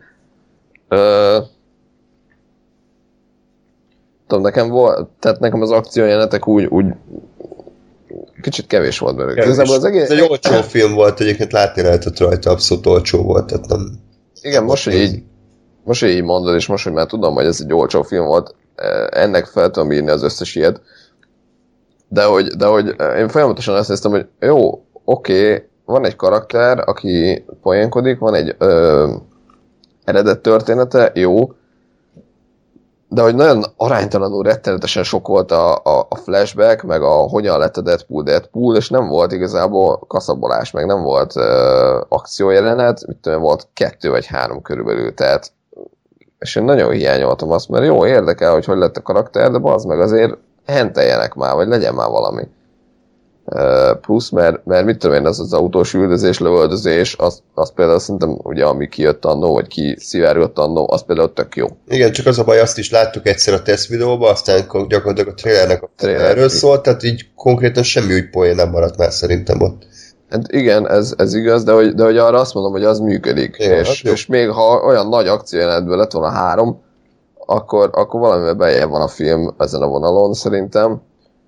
Speaker 3: Tudom, nekem az akciójelenetek úgy kicsit kevés volt belőle.
Speaker 2: Ez egy olcsó film volt, egyébként látni lehetett rajta, abszolút olcsó volt, tehát nem...
Speaker 3: Igen, most, hogy így mondod, és most, hogy már tudom, hogy ez egy olcsó film volt, ennek fel tudom írni az összes ilyet. De hogy én folyamatosan azt néztem, hogy jó, oké, van egy karakter, aki poénkodik, van egy eredet története, jó, de hogy nagyon aránytalanul rettenetesen sok volt a flashback, meg a hogyan lett a Deadpool, és nem volt igazából kaszabolás, meg nem volt akciójelenet, mit tudom, volt 2 vagy 3 körülbelül, tehát és én nagyon hiányoltam azt, mert jó, érdekel, hogy lett a karakter, de bazd meg azért henteljenek már, vagy legyen már valami. Plusz, mert mit tudom én, az autós üldözés, lövöldözés, az például szerintem ugye ami kijött annó, vagy ki szivárgott annó, az például tök jó.
Speaker 2: Igen, csak az a baj, azt is láttuk egyszer a test videóban, aztán gyakorlatilag a trailernek erről szólt, tehát így konkrétan semmi úgy poén nem maradt már szerintem ott.
Speaker 3: Hát igen, ez igaz, de hogy arra azt mondom, hogy az működik. Igen, és még ha olyan nagy akciójelenetből lett volna 3, akkor valamivel beljebb van a film ezen a vonalon szerintem.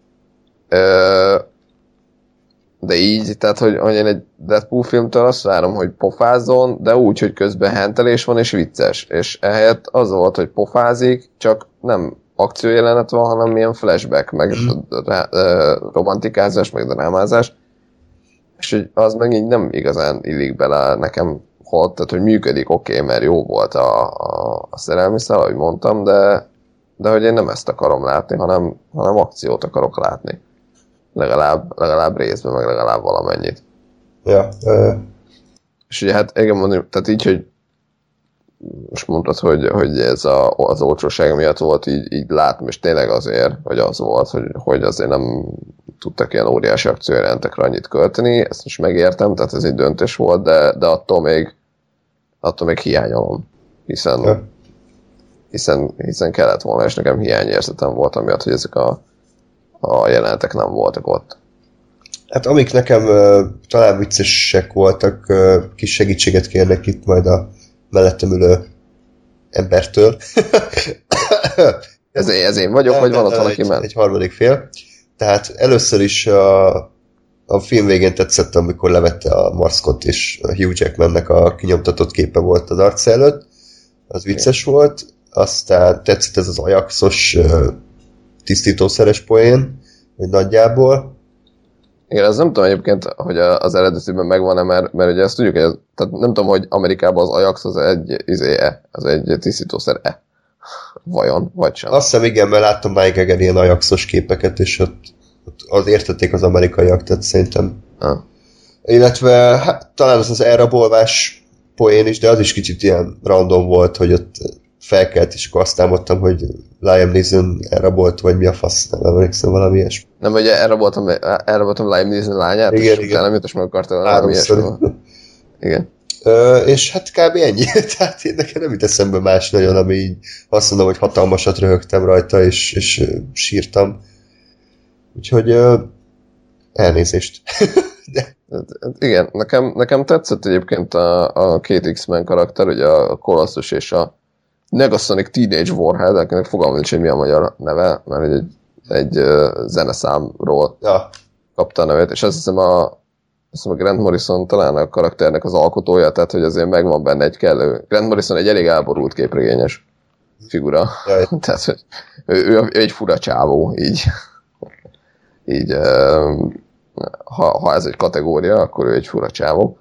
Speaker 3: De így, tehát hogy én egy Deadpool filmtől azt várom, hogy pofázzon, de úgy, hogy közben hentelés van és vicces. És ehelyett az volt, hogy pofázik, csak nem akciójelenet van, hanem milyen flashback, meg romantikázás, meg drámázás. És hogy az meg így nem igazán illik bele nekem holt, tehát hogy működik, oké, mert jó volt a szerelmi szál, ahogy mondtam, de hogy én nem ezt akarom látni, hanem akciót akarok látni. Legalább részben, meg legalább valamennyit.
Speaker 2: Ja.
Speaker 3: És ugye hát igen mondani, tehát így, hogy most mondtad, hogy ez az olcsóság miatt volt így látni, és tényleg azért, hogy az volt, hogy azért nem tudtak ilyen óriási akciójelentekre annyit költeni, ezt is megértem, tehát ez egy döntés volt, de attól még hiányolom, hiszen kellett volna, és nekem hiányérzetem volt, amiatt, hogy ezek a jelenetek nem voltak ott.
Speaker 2: Hát amik nekem talán viccesek voltak, kis segítséget kérnek itt majd a mellettem ülő embertől.
Speaker 3: Ez én vagyok, vagy van ott valaki már?
Speaker 2: Egy harmadik fél. Tehát először is a film végén tetszett, amikor levette a maszkot, és a Hugh Jackmannek a kinyomtatott képe volt az arc előtt. Az vicces volt. Aztán tetszett ez az Ajaxos tisztítószeres poén, vagy nagyjából.
Speaker 3: Igen, az nem tudom egyébként, hogy az eredetiben megvan-e, mert ugye ezt tudjuk, hogy tehát nem tudom, hogy Amerikában az Ajax az egy az egy tisztítószer vajon, vagy sem.
Speaker 2: Azt hiszem igen, mert láttam Mike Egger ilyen Ajaxos képeket, és ott az értették az amerikaiak, tehát szerintem. Illetve hát, talán az elrabolvás poén is, de az is kicsit ilyen random volt, hogy ott felkelt, és akkor azt támadtam, hogy Liam Neeson elrabolt, vagy mi a fasz, nem emlékszem, valami ilyesmi.
Speaker 3: Nem, vagy elraboltam Liam Neeson lányát,
Speaker 2: igen,
Speaker 3: és utána mit is meg akartam valami ilyesmi. Igen.
Speaker 2: És hát kb. Ennyi. Tehát én nekem nem jut eszembe más nagyon, ami így azt mondom, hogy hatalmasat röhögtem rajta, és sírtam. Úgyhogy elnézést.
Speaker 3: De. Igen, nekem tetszett egyébként a két X-Men karakter, ugye a Colossus és a Negasonic Teenage Warhead, akinek fogalmam nincs, hogy mi a magyar neve, mert egy zeneszámról kapta a nevét, és azt hiszem a Grant Morrison talán a karakternek az alkotója, tehát hogy azért megvan benne egy kellő. Grant Morrison egy elég elborult képregényes figura. Tehát, hogy ő egy fura csávó, így ha ez egy kategória, akkor ő egy fura csávó.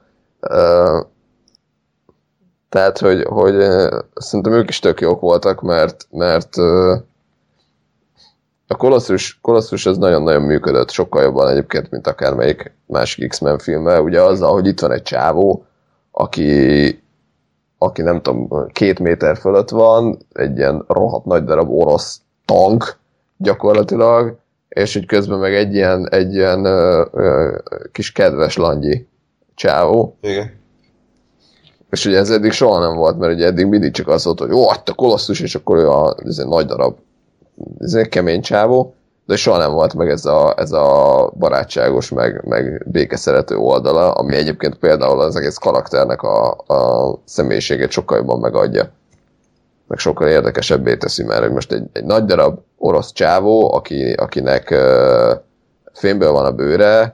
Speaker 3: Tehát, hogy szerintem ők is tök jók voltak, mert a Colossus az nagyon-nagyon működött, sokkal jobban egyébként, mint akármelyik másik X-Men filmmel, ugye azzal, hogy itt van egy csávó, aki nem tudom, 2 méter fölött van, egy ilyen rohadt nagy darab orosz tank gyakorlatilag, és így közben meg egy ilyen kis kedves langyi csávó.
Speaker 2: Igen.
Speaker 3: És ugye ez eddig soha nem volt, mert ugye eddig mindig csak az volt, hogy jó, a Colossus, és akkor ő ez egy nagy darab, ez egy kemény csávó, de soha nem volt meg ez a barátságos, meg békeszerető oldala, ami egyébként például az egész karakternek a személyiségét sokkal jobban megadja. Meg sokkal érdekesebbé teszi, mert hogy most egy nagy darab orosz csávó, akinek fémből van a bőre,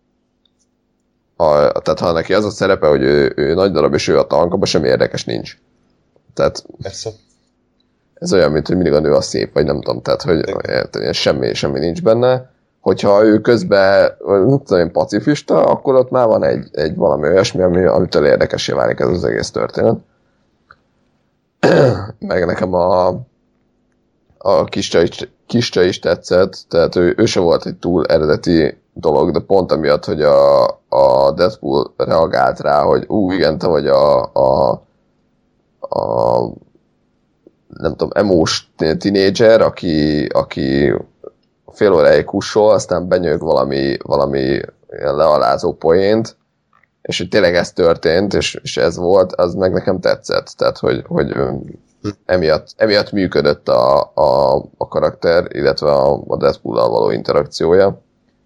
Speaker 3: tehát ha neki az a szerepe, hogy ő nagy darab és ő a tank, abban semmi érdekes nincs. Tehát
Speaker 2: persze.
Speaker 3: Ez olyan, mint hogy mindig a nő a szép, vagy nem tudom, tehát hogy semmi nincs benne. Hogyha ő közben pacifista, akkor ott már van egy valami olyasmi, amitől érdekessé válik ez az egész történet. Meg nekem a kis csaj is tetszett, tehát ő se volt egy túl eredeti dolog, de pont amiatt, hogy a Deadpool reagált rá, hogy igen, te vagy a nem tudom, emós tinédzser, aki fél óráig kussol, aztán benyög valami lealázó poént, és hogy tényleg ez történt, és ez volt, az meg nekem tetszett. Tehát, hogy emiatt működött a karakter, illetve a Deadpool-al való interakciója.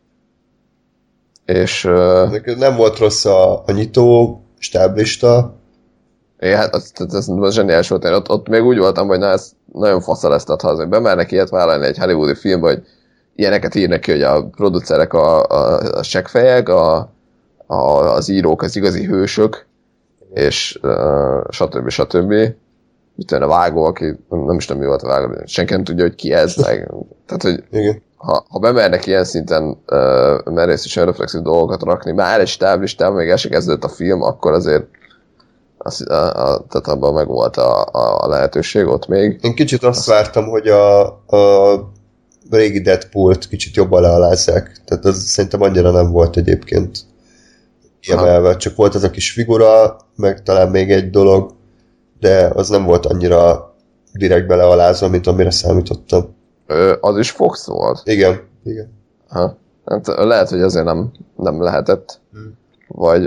Speaker 3: És
Speaker 2: nem volt rossz a nyitó stáblista.
Speaker 3: Hát ez zseniális volt. Ott még úgy voltam, hogy ez nagyon fasza lesz, tehát ha azért bemernek ilyet vállalni egy hollywoodi filmbe, hogy ilyeneket ír neki, hogy a producerek a seggfejek, az írók az igazi hősök, és stb. Itt a vágó, aki nem is tudom, mi volt a vágó, senki nem tudja, hogy ki ez, meg. Tehát, hogy igen. Ha bemernek ilyen szinten merész és reflexív dolgokat rakni, már egy stáblistában még el se kezdődött a film, akkor azért tehát abban meg volt a lehetőség ott még.
Speaker 2: Én kicsit azt vártam, hogy a régi Deadpool-t kicsit jobban lealázzák. Tehát az szerintem annyira nem volt egyébként kiemelve. Csak volt ez a kis figura, meg talán még egy dolog, de az nem volt annyira direkt belealázva, mint amire számítottam.
Speaker 3: Az is Fox volt?
Speaker 2: Igen.
Speaker 3: Ha. Hát lehet, hogy azért nem lehetett. Vagy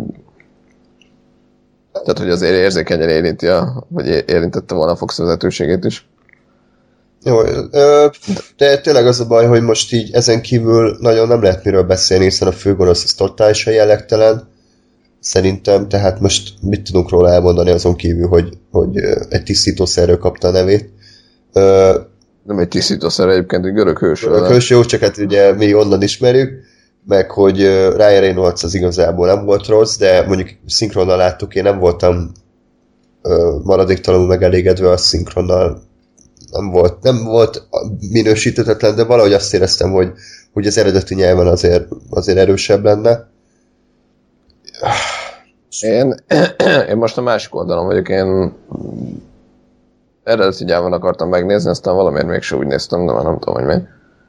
Speaker 3: tehát, hogy azért érzékenyen érinti, vagy érintette volna a Fox vezetőségét is.
Speaker 2: Jó, de tényleg az a baj, hogy most így ezen kívül nagyon nem lehet miről beszélni, hiszen a főgonosz az totálisan jellegtelen, szerintem, tehát most mit tudunk róla elmondani azon kívül, hogy egy tisztítószerről kapta a nevét.
Speaker 3: Nem egy tisztítószer egyébként, egy görög hős.
Speaker 2: Görög hős, jó, csak hát ugye mi onnan ismerjük, meg hogy Ryan Reynolds az igazából nem volt rossz, de mondjuk szinkronnal láttuk, én nem voltam maradéktalanul megelégedve a szinkronnal, nem volt minősítetetlen, de valahogy azt éreztem, hogy az eredeti nyelven azért erősebb lenne.
Speaker 3: Én most a másik oldalon vagyok, én eredeti nyelven akartam megnézni, aztán valamiért mégsem úgy néztem, de már nem tudom, hogy mi.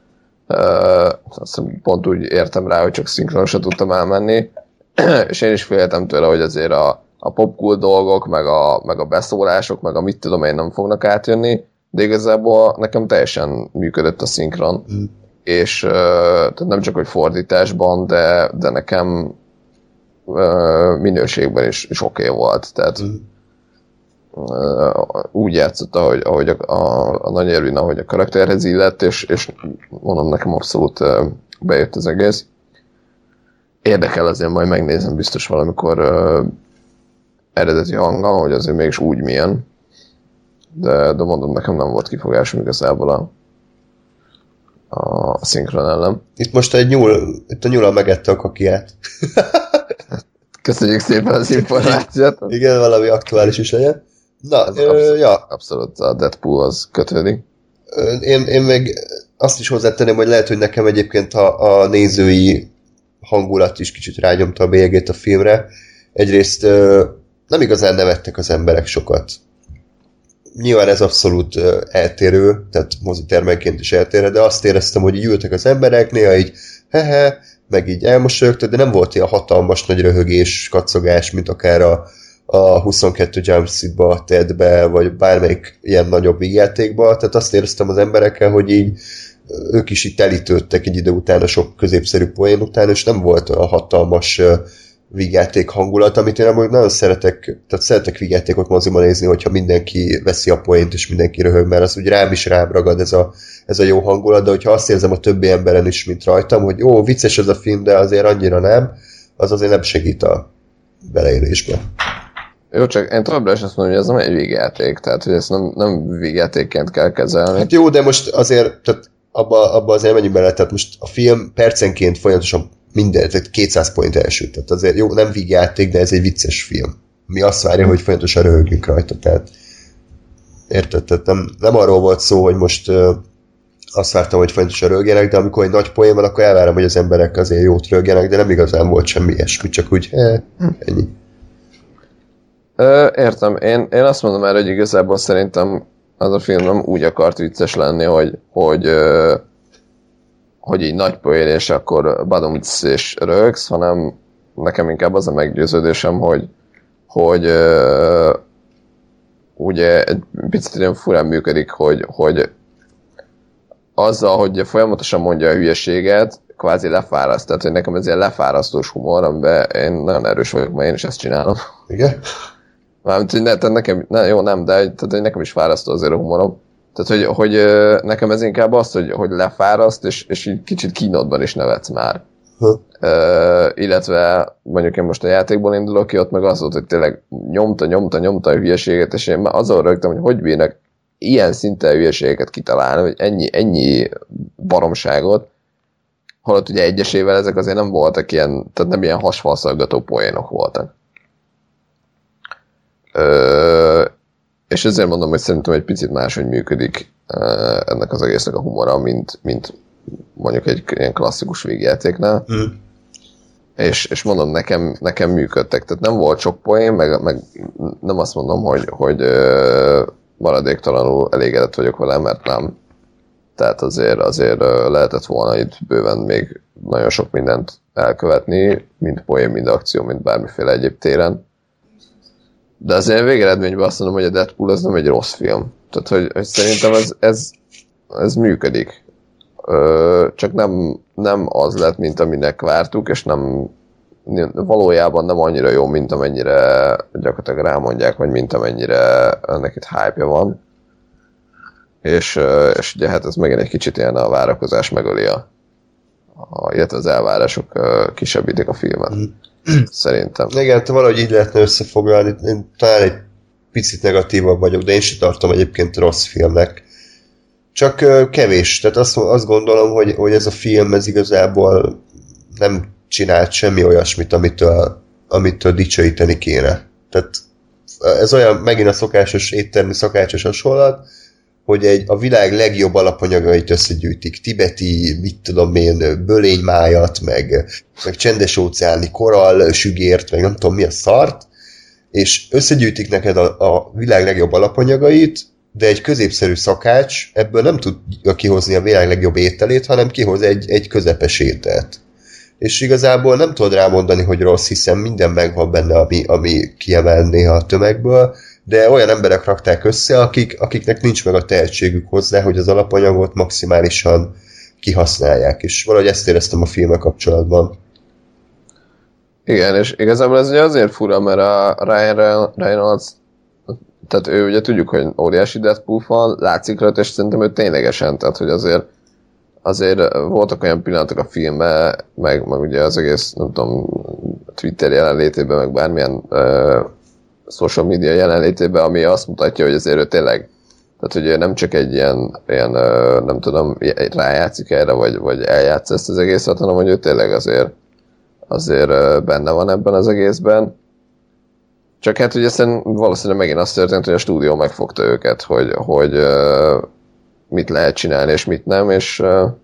Speaker 3: Aztán pont úgy értem rá, hogy csak szinkronosra tudtam elmenni, és én is féltem tőle, hogy azért a popcool dolgok, meg a beszólások, meg a mit tudom én nem fognak átjönni, de igazából nekem teljesen működött a szinkron. És tehát nem csak hogy fordításban, de nekem minőségben is oké volt. Tehát úgy játszott, ahogy a Nagy Ervin, ahogy a karakterhez illett, és mondom, nekem abszolút bejött az egész. Érdekel, azért majd megnézem biztos valamikor eredeti hanggal, hogy azért mégis úgy milyen. De mondom, nekem nem volt kifogásom igazából a szinkron ellen.
Speaker 2: Itt most a nyúl megette a kakiát.
Speaker 3: Köszönjük szépen az információt.
Speaker 2: Igen, valami aktuális is legyen. Na,
Speaker 3: abszolút a Deadpool az kötődik.
Speaker 2: Én még azt is hozzátenném, hogy lehet, hogy nekem egyébként a nézői hangulat is kicsit rányomta a bélyegét a filmre. Egyrészt nem igazán nevettek az emberek sokat. Nyilván ez abszolút eltérő, tehát mozitermelként is eltérő, de azt éreztem, hogy így ültek az emberek, néha így hehe, meg így elmosolyogtak, de nem volt ilyen hatalmas nagy röhögés, kacogás, mint akár a 22 Jump Street-ba, Tedbe, vagy bármelyik ilyen nagyobb vígjátékba, tehát azt éreztem az emberekkel, hogy így ők is így telítődtek egy idő után a sok középszerű poén után, és nem volt a hatalmas vígjáték hangulat, amit én amúgy nagyon szeretek, tehát szeretek vígjátékot moziban nézni, hogyha mindenki veszi a poént, és mindenki röhög, mert az úgy rám ragad ez a jó hangulat, de hogyha azt érzem a többi emberen is, mint rajtam, hogy jó, vicces ez a film, de azért annyira nem, az azért nem segít a beleélésbe.
Speaker 3: Jó, csak én továbbra is azt mondom, hogy ez nem egy vígjáték, tehát hogy ezt nem vígjátékként kell kezelni.
Speaker 2: Hát jó, de most azért, tehát abba azért menjünk bele, tehát most a film percenként folyamatosan minden, tehát 200 point elsőt, tehát azért jó, nem vígjáték, de ez egy vicces film. Mi azt várja, hogy folyamatosan röhögjünk rajta, tehát érted? Tehát nem arról volt szó, hogy most azt vártam, hogy folyamatosan röhögjenek, de amikor egy nagy poén van, akkor elvárom, hogy az emberek azért jót röhögjenek, de nem igazán volt semmi ilyesmi, csak úgy, ennyi.
Speaker 3: Értem. Én azt mondom erre, hogy igazából szerintem az a film nem úgy akart vicces lenni, hogy így nagy poén, és akkor badumc és rögsz, hanem nekem inkább az a meggyőződésem, hogy ugye egy picit ilyen furán működik, hogy azzal, hogy folyamatosan mondja a hülyeséget, kvázi lefáraszt. Tehát, hogy nekem ez ilyen lefárasztós humor, amiben én nagyon erős vagyok, mert én is ezt csinálom.
Speaker 2: Igen?
Speaker 3: Mármint, hogy nekem, jó, nem, de tehát, hogy nekem is fárasztó azért a humorom. Tehát, hogy nekem ez inkább az, hogy lefáraszt, és így kicsit kínodban is nevetsz már. Illetve mondjuk én most a játékból indulok ki, ott meg az volt, hogy tényleg nyomta a hülyeséget, és én már azon rögtem, hogy bírnak ilyen szinten hülyeségeket kitalálni, hogy ennyi baromságot, holott ugye egyesével ezek azért nem voltak ilyen, tehát nem ilyen hasfalszaggató poénok voltak. És ezért mondom, hogy szerintem egy picit máshogy működik ennek az egésznek a humora, mint mondjuk egy ilyen klasszikus vígjátéknál. És mondom, nekem működtek. Tehát nem volt sok poén, meg nem azt mondom, hogy maradéktalanul elégedett vagyok vele, mert nem. Tehát azért lehetett volna itt bőven még nagyon sok mindent elkövetni, mind poén, mind akció, mind bármiféle egyéb téren. De azért végeredményben azt mondom, hogy a Deadpool az nem egy rossz film. Tehát, hogy szerintem ez működik. Csak nem az lett, mint aminek vártuk, és valójában nem annyira jó, mint amennyire gyakorlatilag rámondják, vagy mint amennyire ennek itt hype-ja van. És ugye hát ez megint egy kicsit ilyen a várakozás megöli illetve az elvárások kisebbítik a filmet. Szerintem.
Speaker 2: Igen, valahogy így lehetne összefoglalni. Én talán egy picit negatívabb vagyok, de én sem tartom egyébként rossz filmnek. Csak kevés. Tehát azt gondolom, hogy ez a film ez igazából nem csinált semmi olyasmit, amitől dicsőíteni kéne. Tehát ez olyan, megint a szokásos éttermi szakácsos hasonlat, hogy a világ legjobb alapanyagait összegyűjtik. Tibeti, mit tudom én, bölénymájat, meg csendes óceáni korall, sügért, meg nem tudom mi a szart, és összegyűjtik neked a világ legjobb alapanyagait, de egy középszerű szakács ebből nem tudja kihozni a világ legjobb ételét, hanem kihoz egy közepes ételt. És igazából nem tudod rámondani, hogy rossz, hiszen minden megvan benne, ami kiemel néha a tömegből, de olyan emberek rakták össze, akiknek nincs meg a tehetségük hozzá, hogy az alapanyagot maximálisan kihasználják. És valahogy ezt éreztem a filmek kapcsolatban.
Speaker 3: Igen, és igazából ez ugye azért fura, mert a Ryan Reynolds, tehát ő ugye tudjuk, hogy óriási Deadpool fan, látszik rajta, és szerintem ő ténylegesen, tehát hogy azért voltak olyan pillanatok a filmben, meg ugye az egész, nem tudom, Twitter jelenlétében, meg bármilyen social media jelenlétében, ami azt mutatja, hogy azért ő tényleg, tehát hogy ő nem csak egy ilyen nem tudom, rájátszik erre, vagy eljátsz ezt az egészet, hanem hogy ő tényleg azért benne van ebben az egészben. Csak hát ugye valószínűleg megint az történt, hogy a stúdió megfogta őket, hogy mit lehet csinálni, és mit nem, és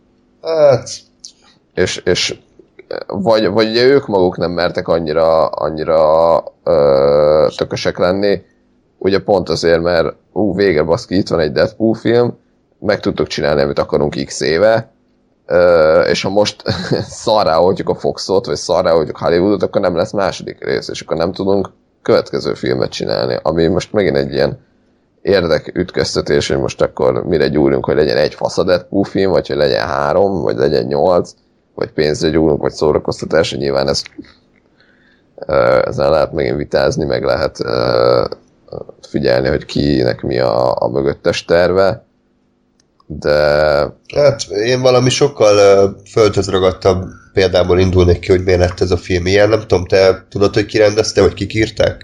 Speaker 3: vagy ugye ők maguk nem mertek annyira tökösek lenni, ugye pont azért, mert végre baszki, itt van egy Deadpool film, meg tudtuk csinálni, amit akarunk x éve, és ha most szarrá oltjuk a Foxot, vagy szarrá oltjuk Hollywoodot, akkor nem lesz második rész, és akkor nem tudunk következő filmet csinálni, ami most megint egy ilyen érdekütköztetés, hogy most akkor mire gyúrunk, hogy legyen egy fasz a Deadpool film, vagy hogy legyen 3, vagy legyen 8, vagy pénzre gyúrunk, vagy szórakoztatás, nyilván ezzel lehet megint vitázni, meg lehet figyelni, hogy kinek mi a mögöttes terve, de...
Speaker 2: Hát én valami sokkal földhöz ragadtabb példából indulnék ki, hogy miért lett ez a film ilyen. Nem tudom, te tudod, hogy ki rendezte, vagy kik írták?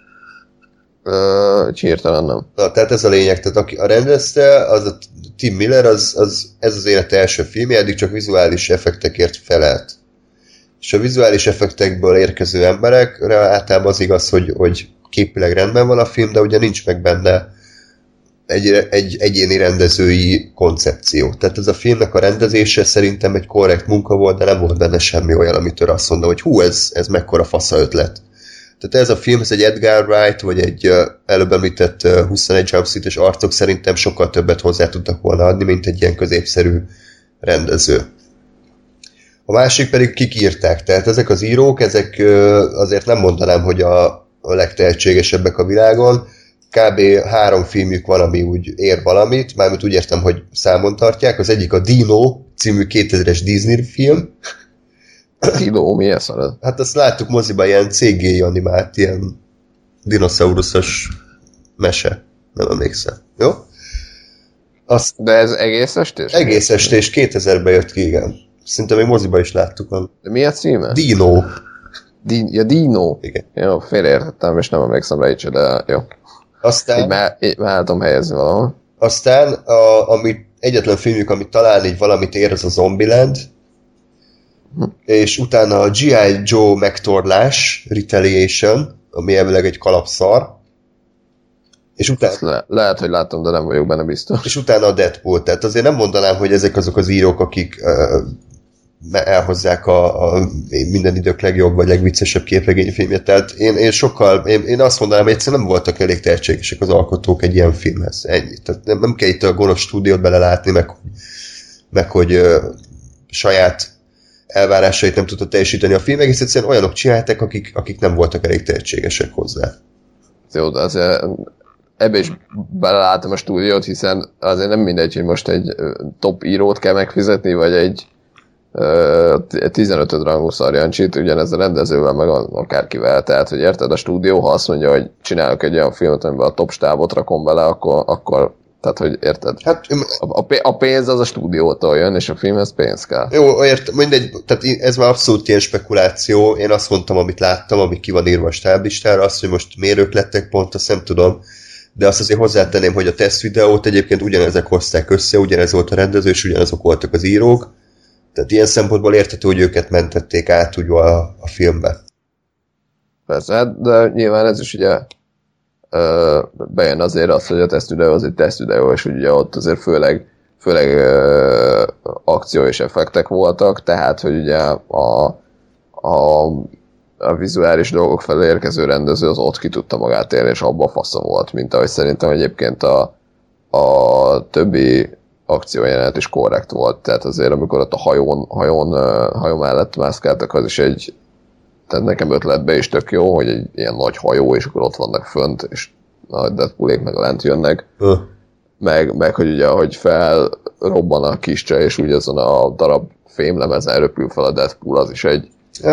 Speaker 3: Hirtelen nem.
Speaker 2: Na, tehát ez a lényeg, tehát aki a rendezte, az a Tim Miller, ez az élete első filmje, eddig csak vizuális effektekért felelt. És a vizuális effektekből érkező emberekre általában az igaz, hogy képileg rendben van a film, de ugye nincs meg benne egy egyéni rendezői koncepció. Tehát ez a filmnek a rendezése szerintem egy korrekt munka volt, de nem volt benne semmi olyan, amitől azt mondta, hogy hú, ez mekkora fasza ötlet. Tehát ez a film, ez egy Edgar Wright, vagy egy előbb említett 21 Jump Street-es arcok szerintem sokkal többet hozzá tudtak volna adni, mint egy ilyen középszerű rendező. A másik pedig kik írták. Tehát ezek az írók, ezek azért nem mondanám, hogy a legtehetségesebbek a világon. Kb. 3 filmjük van, ami úgy ér valamit, mármint úgy értem, hogy számon tartják. Az egyik a Dino című 2000-es Disney film.
Speaker 3: Dino, mi ez szarad?
Speaker 2: Hát azt láttuk moziban, ilyen CGI animált, ilyen dinoszauruszos mese. Nem emlékszem. Jó?
Speaker 3: De ez egész estés?
Speaker 2: Egész estés, 2000-ben jött ki, igen. Szinte még moziba is láttuk.
Speaker 3: De mi a címe?
Speaker 2: Dino.
Speaker 3: Dino?
Speaker 2: Igen.
Speaker 3: Jó, félreértettem, és nem emlékszem rá így, de jó.
Speaker 2: Aztán...
Speaker 3: Így már tudom helyezni valahol.
Speaker 2: Aztán egyetlen filmjük, amit talán így valamit ér, az a Zombieland. És utána a G.I. Joe megtorlás, Retaliation, ami elvileg egy kalapszar. És utána...
Speaker 3: Lehet, hogy látom, de nem vagyok benne biztos.
Speaker 2: És utána a Deadpool. Tehát azért nem mondanám, hogy ezek azok az írók, akik elhozzák a minden idők legjobb vagy legviccesebb képregényfilmjet. Tehát én azt mondanám, hogy egyszerűen nem voltak elég tehetségesek az alkotók egy ilyen filmhez. Ennyi. Tehát nem kell itt a gonosz stúdiót belelátni, meg hogy saját elvárásait nem tudta teljesíteni a film, egész egyszerűen olyanok csináltak, akik nem voltak elég tehetségesek hozzá.
Speaker 3: Jó, de azért ebbe is belelátom a stúdiót, hiszen azért nem mindegy, hogy most egy top írót kell megfizetni, vagy egy 15. rangú szarjancsit, ugyanez a rendezővel, meg akárkivel. Tehát, hogy érted, a stúdió, ha azt mondja, hogy csinálok egy olyan filmet, amiben a top stábot rakom bele, akkor tehát, hogy érted? Hát, a pénz az a stúdiótól jön, és a filmhez pénz kell.
Speaker 2: Jó, értem, mindegy, tehát ez már abszolút ilyen spekuláció. Én azt mondtam, amit láttam, ami ki van írva a stáblistára, azt, hogy most mérők lettek pont, azt nem tudom. de azt azért hozzátenném, hogy a tesztvideót egyébként ugyanezek hozták össze, ugyanez volt a rendező, és ugyanazok voltak az írók, tehát ilyen szempontból érthető, hogy őket mentették át úgy a filmbe.
Speaker 3: Persze, de nyilván ez is ugye bejön azért az, hogy a tesztvideó az egy tesztvideó, és ugye ott azért főleg akció és effektek voltak, tehát hogy ugye a vizuális dolgok felé érkező rendező az ott ki tudta magát élni, és abban fasza volt, mint ahogy szerintem egyébként a többi akciójelenet is korrekt volt, tehát azért amikor ott a hajó mellett mászkáltak, az is tehát nekem ötletbe is tök jó, hogy egy ilyen nagy hajó, és akkor ott vannak fönt, és a Deadpoolék meg lent jönnek. Meg hogy ugye, hogy felrobban a kis csaj, és úgy azon a darab fémlemezen röpül fel a Deadpool, az is egy...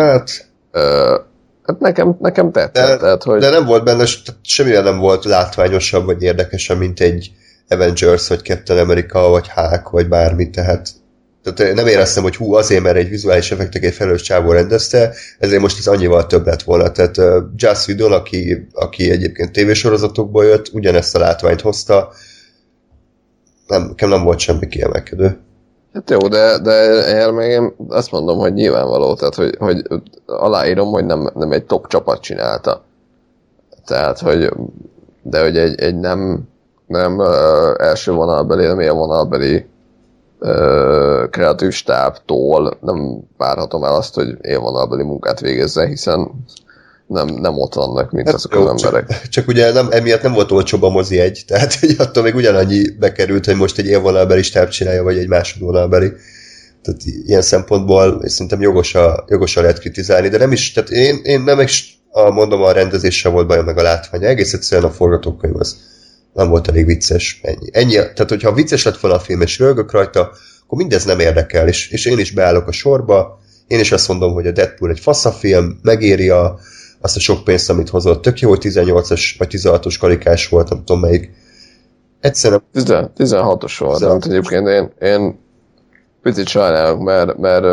Speaker 3: Hát nekem tetszett.
Speaker 2: De nem volt benne, semmivel nem volt látványosabb, vagy érdekesebb, mint egy Avengers, vagy Captain America, vagy Hulk, vagy bármi, tehát nem éreztem, hogy azért, mert egy vizuális effektek egy felelős csávó rendezte, ezért most ez annyival több lett volna. Tehát Joss Whedon, aki egyébként tévésorozatokból jött, ugyanezt a látványt hozta, nekem nem volt semmi kiemelkedő.
Speaker 3: Hát jó, de még én azt mondom, hogy nyilvánvaló, tehát hogy aláírom, hogy nem egy top csapat csinálta. Tehát, hogy egy nem első vonalbeli, nem élvonalbeli kreatív stábtól nem várhatom el azt, hogy élvonalbeli munkát végezzen, hiszen nem ott vannak, mint hát azok az emberek.
Speaker 2: Csak ugye emiatt nem volt olcsóbb a mozi egy, tehát hogy attól még ugyanannyi bekerült, hogy most egy élvonalbeli stáb csinálja, vagy egy másodvonalbeli. Tehát ilyen szempontból szerintem jogosan lehet kritizálni, de nem is, tehát én nem is mondom, a rendezéssel volt bajom meg a látványa, egész egyszerűen a forgatókönyv az nem volt elég vicces. Ennyi. Tehát, hogyha vicces lett volna a film, és rögök rajta, akkor mindez nem érdekel, és én is beállok a sorba, én is azt mondom, hogy a Deadpool egy faszafilm, megéri azt a sok pénzt, amit hozott. Tök jó, hogy 18-as vagy 16-os karikás volt, nem tudom melyik. Egyszerűen...
Speaker 3: 16-os volt, nem egyébként én picit sajnálok, mert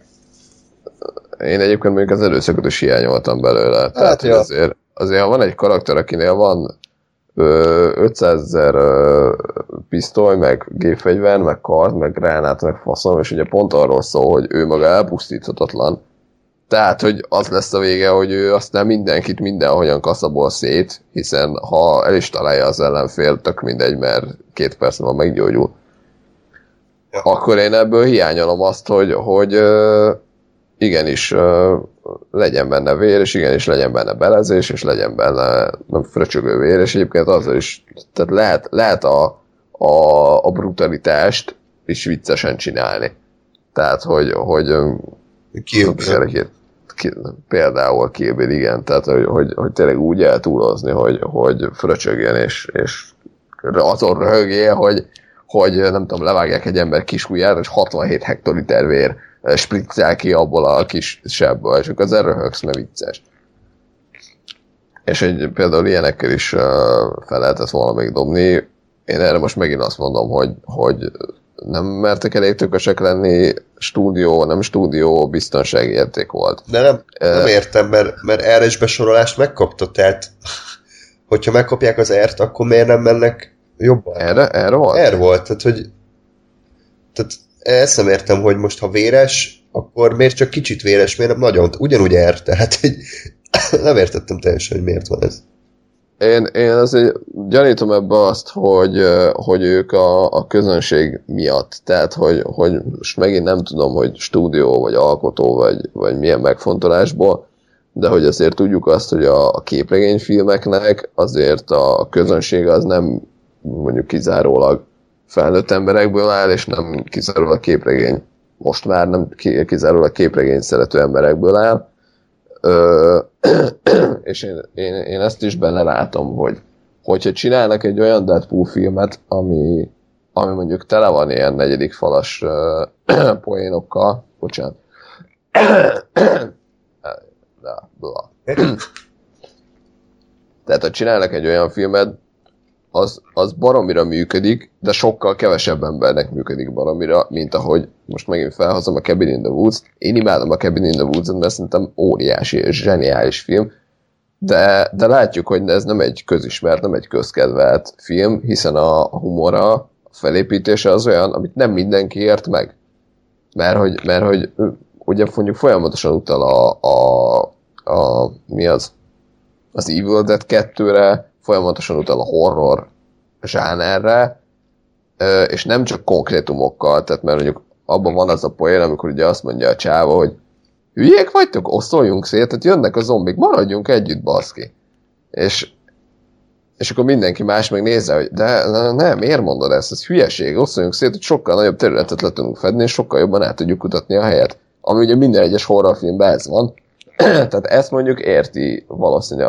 Speaker 3: én egyébként mondjuk az erőszakot is hiányoltam belőle. Hát, tehát, ja. azért ha van egy karakter, akinél van 500 000 pisztoly, meg gépfegyver, meg kard, meg gránát, meg faszom, és ugye pont arról szól, hogy ő maga elpusztíthatatlan. Tehát, hogy az lesz a vége, hogy ő aztán mindenkit mindenhogyan kaszabol szét, hiszen ha el is találja az ellenfél, tök mindegy, mert 2 perc múlva meggyógyul. Ja. Akkor én ebből hiányolom azt, hogy igenis legyen benne vér, és igenis legyen benne belezés, és legyen benne nem fröcsögő vér, és egyébként azzal is, tehát lehet a brutalitást is viccesen csinálni. Tehát, hogy például Kill Bill, igen, tehát, hogy tényleg úgy eltúlozni, hogy fröcsögjön, és azon röhögjél, hogy nem tudom, levágják egy ember kisujját, és 67 hektoliter vér spriccel ki abból a kis sebből, és akkor ezzel röhögsz, mert vicces. És például ilyenekkel is fel lehetett volna még dobni. Én erre most megint azt mondom, hogy nem mertek elég tökösek lenni, nem stúdió, biztonsági érték volt.
Speaker 2: De nem értem, mert erre is besorolást megkapta, tehát hogyha megkapják az R-t, akkor miért nem mennek jobban?
Speaker 3: Erre volt?
Speaker 2: R volt, tehát ezt nem értem, hogy most ha véres, akkor miért csak kicsit véres, miért nem nagyon, ugyanúgy R, tehát nem értettem teljesen, hogy miért van ez.
Speaker 3: Én azért gyanítom ebbe azt, hogy ők a közönség miatt, tehát hogy most megint nem tudom, hogy stúdió, vagy alkotó, vagy milyen megfontolásból, de hogy azért tudjuk azt, hogy a képregényfilmeknek azért a közönség az nem mondjuk kizárólag felnőtt emberekből áll, és nem kizárólag képregény. Most már nem kizárólag képregény szerető emberekből áll. És én ezt is benne látom, hogyha csinálnak egy olyan Deadpool filmet, ami mondjuk tele van ilyen negyedik falas poénokkal, bocsánat. Tehát ha csinálnak egy olyan filmet, az baromira működik, de sokkal kevesebb embernek működik baromira, mint ahogy most megint felhozom a Cabin in the Woods. Én imádom a Cabin in the Woods-ot, mert szerintem óriási és zseniális film, de látjuk, hogy ez nem egy közismert, nem egy közkedvelt film, hiszen a humora, a felépítése az olyan, amit nem mindenki ért meg. Mert hogy ugye mondjuk folyamatosan utal mi az? Az Evil Dead 2-re, folyamatosan utal a horror zsánerre, és nem csak konkrétumokkal, tehát mert mondjuk abban van az a poén, amikor ugye azt mondja a csáva, hogy hülyék vagytok, osztoljunk szét, tehát jönnek a zombik, maradjunk együtt, baszki. És akkor mindenki más meg nézze, hogy de nem, miért mondod ezt? Ez hülyeség, osztoljunk szét, hogy sokkal nagyobb területet le tudunk fedni, és sokkal jobban át tudjuk kutatni a helyet. Ami ugye minden egyes horrorfilmben ez van. Tehát ezt mondjuk érti valószínűleg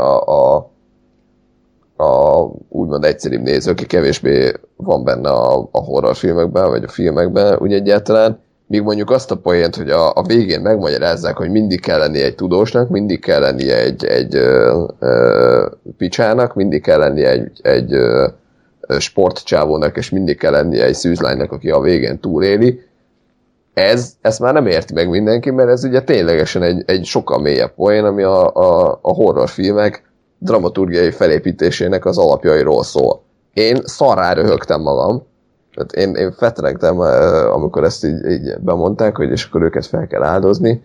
Speaker 3: a úgymond egyszerűbb néző, aki kevésbé van benne a horrorfilmekben, vagy a filmekben úgy egyáltalán, míg mondjuk azt a poént, hogy a végén megmagyarázzák, hogy mindig kell lennie egy tudósnak, mindig kell lennie egy picsának, mindig kell lennie egy sportcsávónak, és mindig kell lennie egy szűzlánynak, aki a végén túléli. Ezt már nem érti meg mindenki, mert ez ugye ténylegesen egy sokkal mélyebb poén, ami a horrorfilmek dramaturgiai felépítésének az alapjairól szól. Én szarrá röhögtem magam, tehát én fetregtem, amikor ezt így bemondták, hogy és akkor őket fel kell áldozni.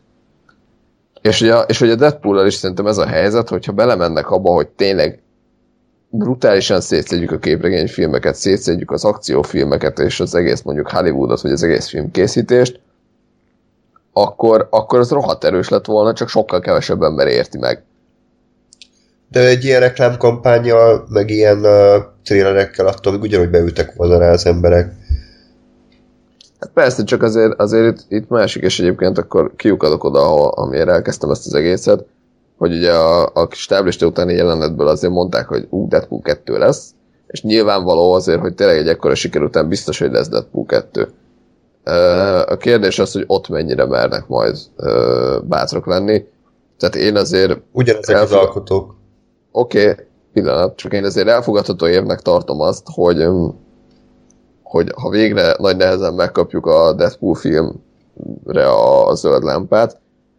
Speaker 3: És hogy a Deadpool-al is szerintem ez a helyzet, hogyha belemennek abba, hogy tényleg brutálisan szétszedjük a képregényfilmeket, szétszedjük az akciófilmeket, és az egész mondjuk Hollywoodot, vagy az egész filmkészítést, akkor az rohadt erős lett volna, csak sokkal kevesebb ember érti meg.
Speaker 2: De egy ilyen reklámkampánnyal, meg ilyen trélerekkel attól még ugyanúgy beültek volna rá az emberek.
Speaker 3: Hát persze, csak azért itt másik, és egyébként akkor kiukadok oda, amire elkezdtem ezt az egészet, hogy ugye a kis táblista utáni jelenetből azért mondták, hogy Deadpool 2 lesz, és nyilvánvaló azért, hogy tényleg egy ekkora siker után biztos, hogy lesz Deadpool 2. A kérdés az, hogy ott mennyire mernek majd bátrak lenni. Tehát én azért...
Speaker 2: Ugyanezek az alkotók.
Speaker 3: Oké, pillanat, csak én azért elfogadható évnek tartom azt, hogy ha végre nagy nehezen megkapjuk a Deadpool filmre a zöld lámpát,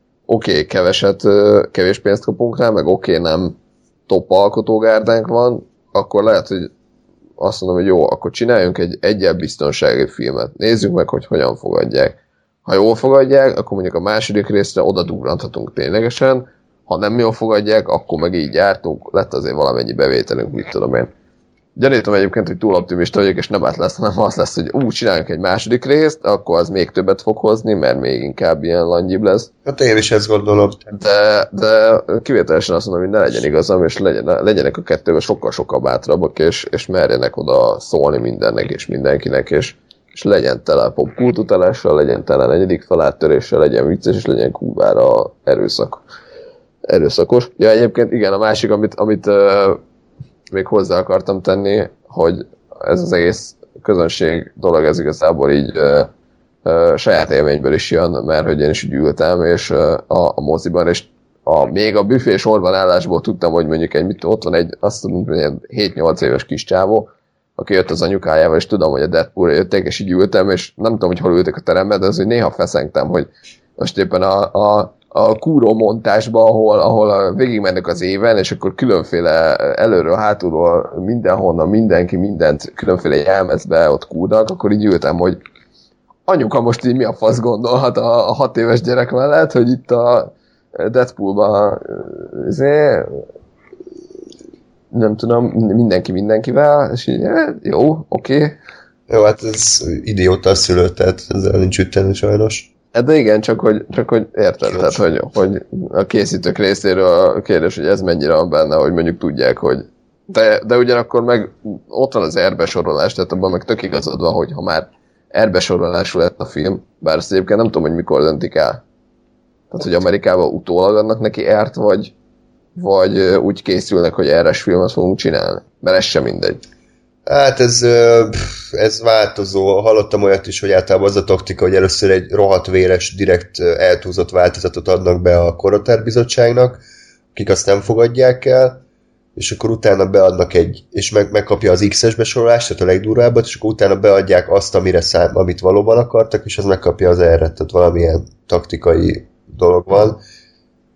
Speaker 3: kevés pénzt kapunk rá, meg nem top alkotógárdánk van, akkor lehet, hogy azt mondom, hogy jó, akkor csináljunk egy egyel biztonsági filmet. Nézzük meg, hogy hogyan fogadják. Ha jól fogadják, akkor mondjuk a második részre oda dugranthatunk ténylegesen, ha nem jól fogadják, akkor meg így jártunk, lett azért valamennyi bevételünk, mit tudom én. Gyanítom egyébként, hogy túl optimista vagyok, és nem át lesz, hanem az lesz, hogy csináljunk egy második részt, akkor az még többet fog hozni, mert még inkább ilyen langyibb lesz.
Speaker 2: Hát én is ezt gondolom.
Speaker 3: De kivételesen azt mondom, hogy ne legyen igazam, és legyenek a kettőben sokkal-sokkal bátrabbak, és merjenek oda szólni mindennek és mindenkinek, és legyen tele popkultutalással, legyen tele negyedik feláttöréssel, legyen vicces, és legyen kurvára erőszakos. Ja, egyébként igen, a másik, amit még hozzá akartam tenni, hogy ez az egész közönség dolog, ez igazából így saját élményből is jön, mert hogy én is úgy ültem, és a moziban, és még a büfé sorban állásból tudtam, hogy mondjuk ott van azt tudom, hogy 7-8 éves kis csávó, aki jött az anyukájával, és tudom, hogy a Deadpool jöttek, és így ültem, és nem tudom, hogy hol ültek a teremben, de az, hogy néha feszengtem, hogy most éppen a kúró montásba, ahol végigmennek az éven, és akkor különféle előről, hátulról, mindenhonnan, mindenki mindent különféle jelmezbe ott kúrnak, akkor így ültem, hogy anyuka most így mi a fasz gondolhat a 6 éves gyerek mellett, hogy itt a Deadpoolban nem tudom, mindenki mindenkivel, és így jó, oké.
Speaker 2: Jó, hát ez idióta szülött, tehát ezzel nincs ütteni sajnos.
Speaker 3: De igen, csak hogy érted, tehát, hogy a készítők részéről a kérdés, hogy ez mennyire van benne, hogy mondjuk tudják, hogy de ugyanakkor meg ott van az R-besorolás, tehát abban meg tök igazad van, hogy ha már R-besorolású lett a film, bár ezt egyébként nem tudom, hogy mikor döntik el. Tehát, hogy Amerikában utólag adnak neki R-t, vagy úgy készülnek, hogy R-es filmet fogunk csinálni. Mert ez sem mindegy.
Speaker 2: Hát ez változó. Hallottam olyat is, hogy általában az a taktika, hogy először egy rohadt véres, direkt eltúzott változatot adnak be a Koroter-bizottságnak, akik azt nem fogadják el, és akkor utána beadnak és megkapja az X-es besorolást, tehát a legdurvábbat, és akkor utána beadják azt, amit valóban akartak, és az megkapja az R-et, tehát valamilyen taktikai dolog van.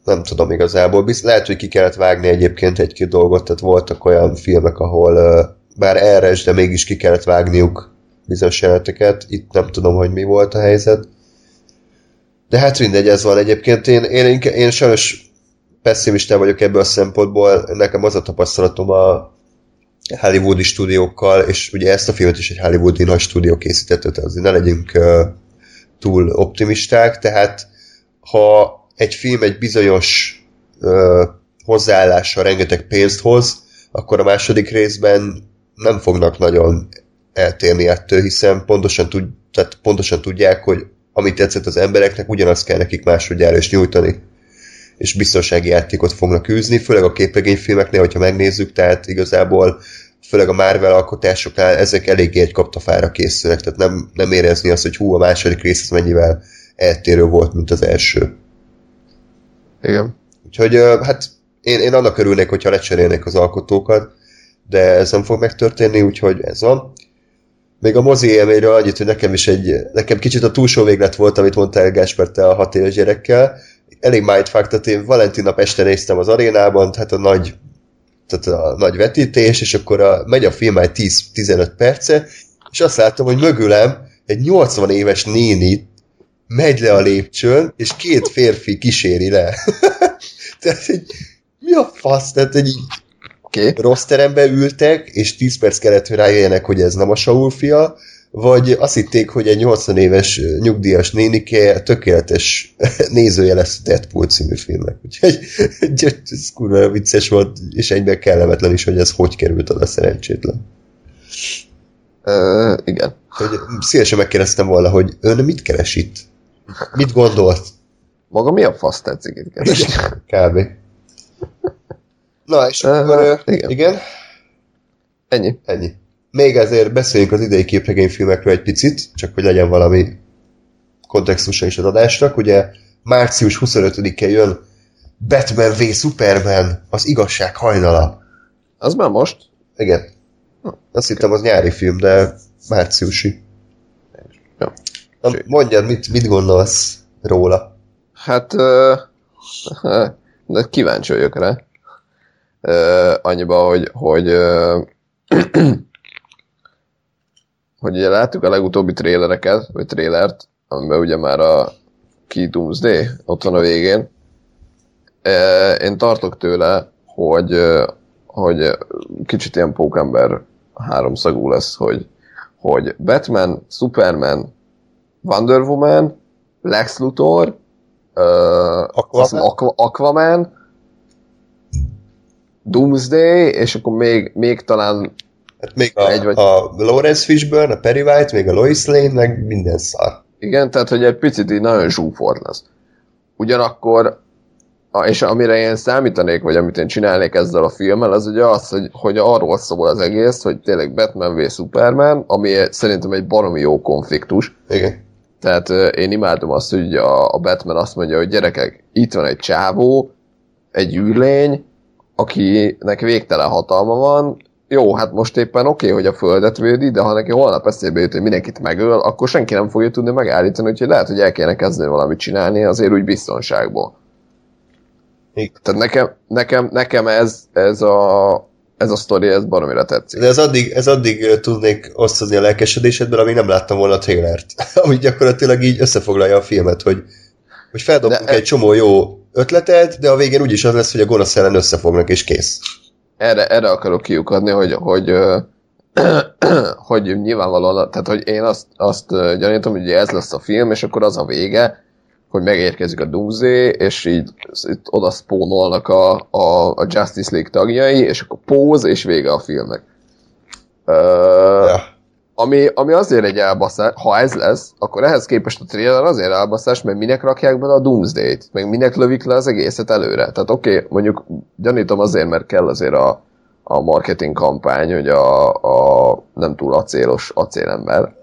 Speaker 2: nem tudom igazából. Lehet, hogy ki kellett vágni egyébként egy-két dolgot, tehát voltak olyan filmek, ahol bár erres, de mégis ki kellett vágniuk bizonyos jeleneteket. Itt nem tudom, hogy mi volt a helyzet. De hát mindegy, ez van egyébként. Én sajnos pessimista vagyok ebből a szempontból. Nekem az a tapasztalatom a hollywoodi stúdiókkal, és ugye ezt a filmet is egy hollywoodi nagy stúdió készített, tehát azért ne legyünk túl optimisták, tehát ha egy film egy bizonyos hozzáállással rengeteg pénzt hoz, akkor a második részben nem fognak nagyon eltérni ettől, hiszen pontosan tudják, hogy amit tetszett az embereknek, ugyanazt kell nekik másodjára is nyújtani. És biztonsági játékot fognak űzni, főleg a képregényfilmeknél, hogyha megnézzük, tehát igazából főleg a Marvel alkotásoknál ezek eléggé egy kaptafára készülnek, tehát nem érezni azt, hogy a második rész az mennyivel eltérő volt, mint az első.
Speaker 3: Igen.
Speaker 2: Úgyhogy hát én annak örülnék, hogyha lecserélnék az alkotókat, de ez nem fog megtörténni, úgyhogy ez van. Még a mozi élményről annyit, hogy nekem kicsit a túlsó véglet volt, amit mondtál Gáspár, te a 6 éves gyerekkel. Elég mindfuck, tehát én Valentin nap este néztem az arénában, tehát a nagy vetítés, és akkor megy a film már 10-15 perce, és azt láttam, hogy mögülem egy 80 éves néni megy le a lépcsőn, és 2 férfi kíséri le. Tehát mi a fasz? Tehát rossz terembe ültek, és 10 perc kellett, hogy rájöjjenek, hogy ez nem a Saul fia, vagy azt hitték, hogy egy 80 éves nyugdíjas nénike tökéletes nézője lesz a Deadpool című filmnek. Úgyhogy ez kurva vicces volt, és egyben kellemetlen is, hogy ez hogy került oda szerencsétlen.
Speaker 3: Igen.
Speaker 2: Hogy szívesen megkérdeztem volna, hogy ön mit keres itt? Mit gondolt?
Speaker 3: Maga mi a fasz tetszik itt keresni?
Speaker 2: Kb. Na, és akkor igen? Ennyi. Még ezért beszéljünk az idei képregényfilmekről egy picit, csak hogy legyen valami kontextusa is az adásnak. Ugye március 25-e jön Batman v Superman, az igazság hajnala.
Speaker 3: Az már most?
Speaker 2: Igen. Azt hittem, az nyári film, de márciusi.
Speaker 3: Ja.
Speaker 2: Mondjad, mit gondolsz róla?
Speaker 3: Hát, de kíváncsi vagyok rá. Annyiba, hogy hogy ugye láttuk a legutóbbi trélereket, vagy trélert, amiben ugye már a Key Doomsday ott van a végén. Én tartok tőle, hogy kicsit ilyen pókember háromszagú lesz, hogy Batman, Superman, Wonder Woman, Lex Luthor, Aquaman, Doomsday, és akkor még talán
Speaker 2: hát még a Lawrence Fishburne, a Perry White, még a Lois Lane, meg minden szar.
Speaker 3: Igen, tehát hogy egy picit így nagyon zsúfolt lesz. Ugyanakkor, és amire én számítanék, vagy amit én csinálnék ezzel a filmmel, az ugye az, hogy arról szól az egész, hogy tényleg Batman v Superman, ami szerintem egy baromi jó konfliktus.
Speaker 2: Igen.
Speaker 3: Tehát én imádom azt, hogy a Batman azt mondja, hogy gyerekek, itt van egy csávó, egy űrlény, akinek végtelen hatalma van, jó, hát most éppen oké, hogy a földet védi, de ha neki holnap eszébe jut, hogy mindenkit megöl, akkor senki nem fogja tudni megállítani, úgyhogy lehet, hogy el kéne kezdeni valamit csinálni, azért úgy biztonságból. Tehát nekem ez a sztori, ez baromira tetszik.
Speaker 2: De ez addig tudnék osztozni a lelkesedésedből, amíg nem láttam volna a trailert. Ami gyakorlatilag így összefoglalja a filmet, hogy feldobunk egy csomó jó ötletet, de a végén úgyis az lesz, hogy a gonosz ellen összefognak, és kész.
Speaker 3: Erre akarok kiukadni, hogy nyilvánvalóan, tehát hogy én azt gyanítom, hogy ez lesz a film, és akkor az a vége, hogy megérkezik a Doomsday, és így itt oda spónolnak a Justice League tagjai, és akkor póz, és vége a filmnek.
Speaker 2: Ja.
Speaker 3: Ami azért egy elbaszás, ha ez lesz, akkor ehhez képest a trailer azért elbaszás, mert minek rakják bele a Doomsday-t, meg minek lövik le az egészet előre. Tehát oké, mondjuk gyanítom azért, mert kell azért a marketing kampány, hogy a nem túl acélos acélember.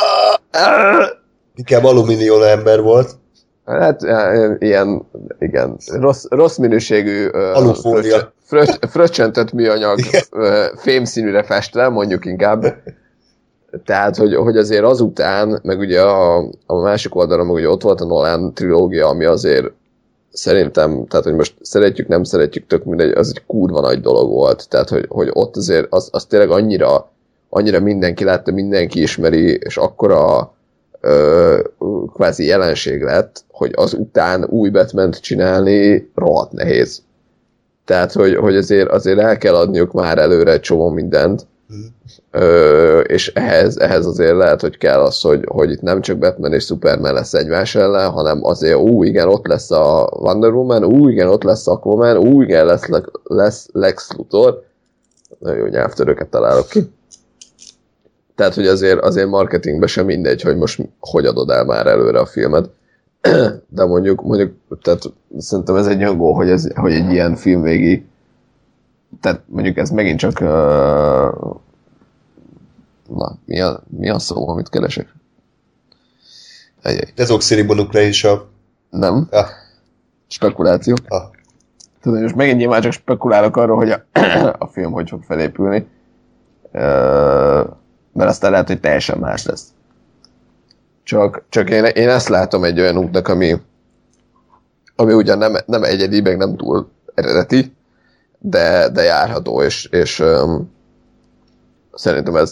Speaker 2: Inkább alumínium ember volt.
Speaker 3: Hát ilyen, igen, rossz minőségű fröccsöntött műanyag fémszínűre festve, mondjuk inkább. Tehát, hogy azért azután, meg ugye a másik oldalon, meg ugye ott volt a Nolan trilógia, ami azért szerintem, tehát hogy most szeretjük, nem szeretjük, tök mindegy, az egy kurva nagy dolog volt. Tehát, hogy ott azért az tényleg annyira mindenki látta, mindenki ismeri, és akkora kvázi jelenség lett, hogy az után új Batman-t csinálni rohadt nehéz. Tehát, hogy azért el kell adniuk már előre egy csomó mindent, és ehhez azért lehet, hogy kell az, hogy itt nem csak Batman és Superman lesz egymás ellen, hanem azért, igen, ott lesz a Wonder Woman, igen, ott lesz Aquaman, igen, lesz Lex Luthor. Nagyon jó nyelvtörőket találok ki. Tehát, hogy azért marketingben sem mindegy, hogy most hogy adod el már előre a filmet. De mondjuk tehát szerintem ez egy öngó, hogy egy ilyen filmvégi, tehát mondjuk ez megint csak na, mi a szó, amit keresek?
Speaker 2: Dezoxiribonukleisa.
Speaker 3: Nem.
Speaker 2: Ja.
Speaker 3: Spekuláció. Tudom, most megint nyilván csak spekulálok arról, hogy a film hogy fog felépülni. Mert aztán lehet, hogy teljesen más lesz. Csak én ezt látom egy olyan útnak, ami ugyan nem egyedi, meg nem túl eredeti, de járható, és szerintem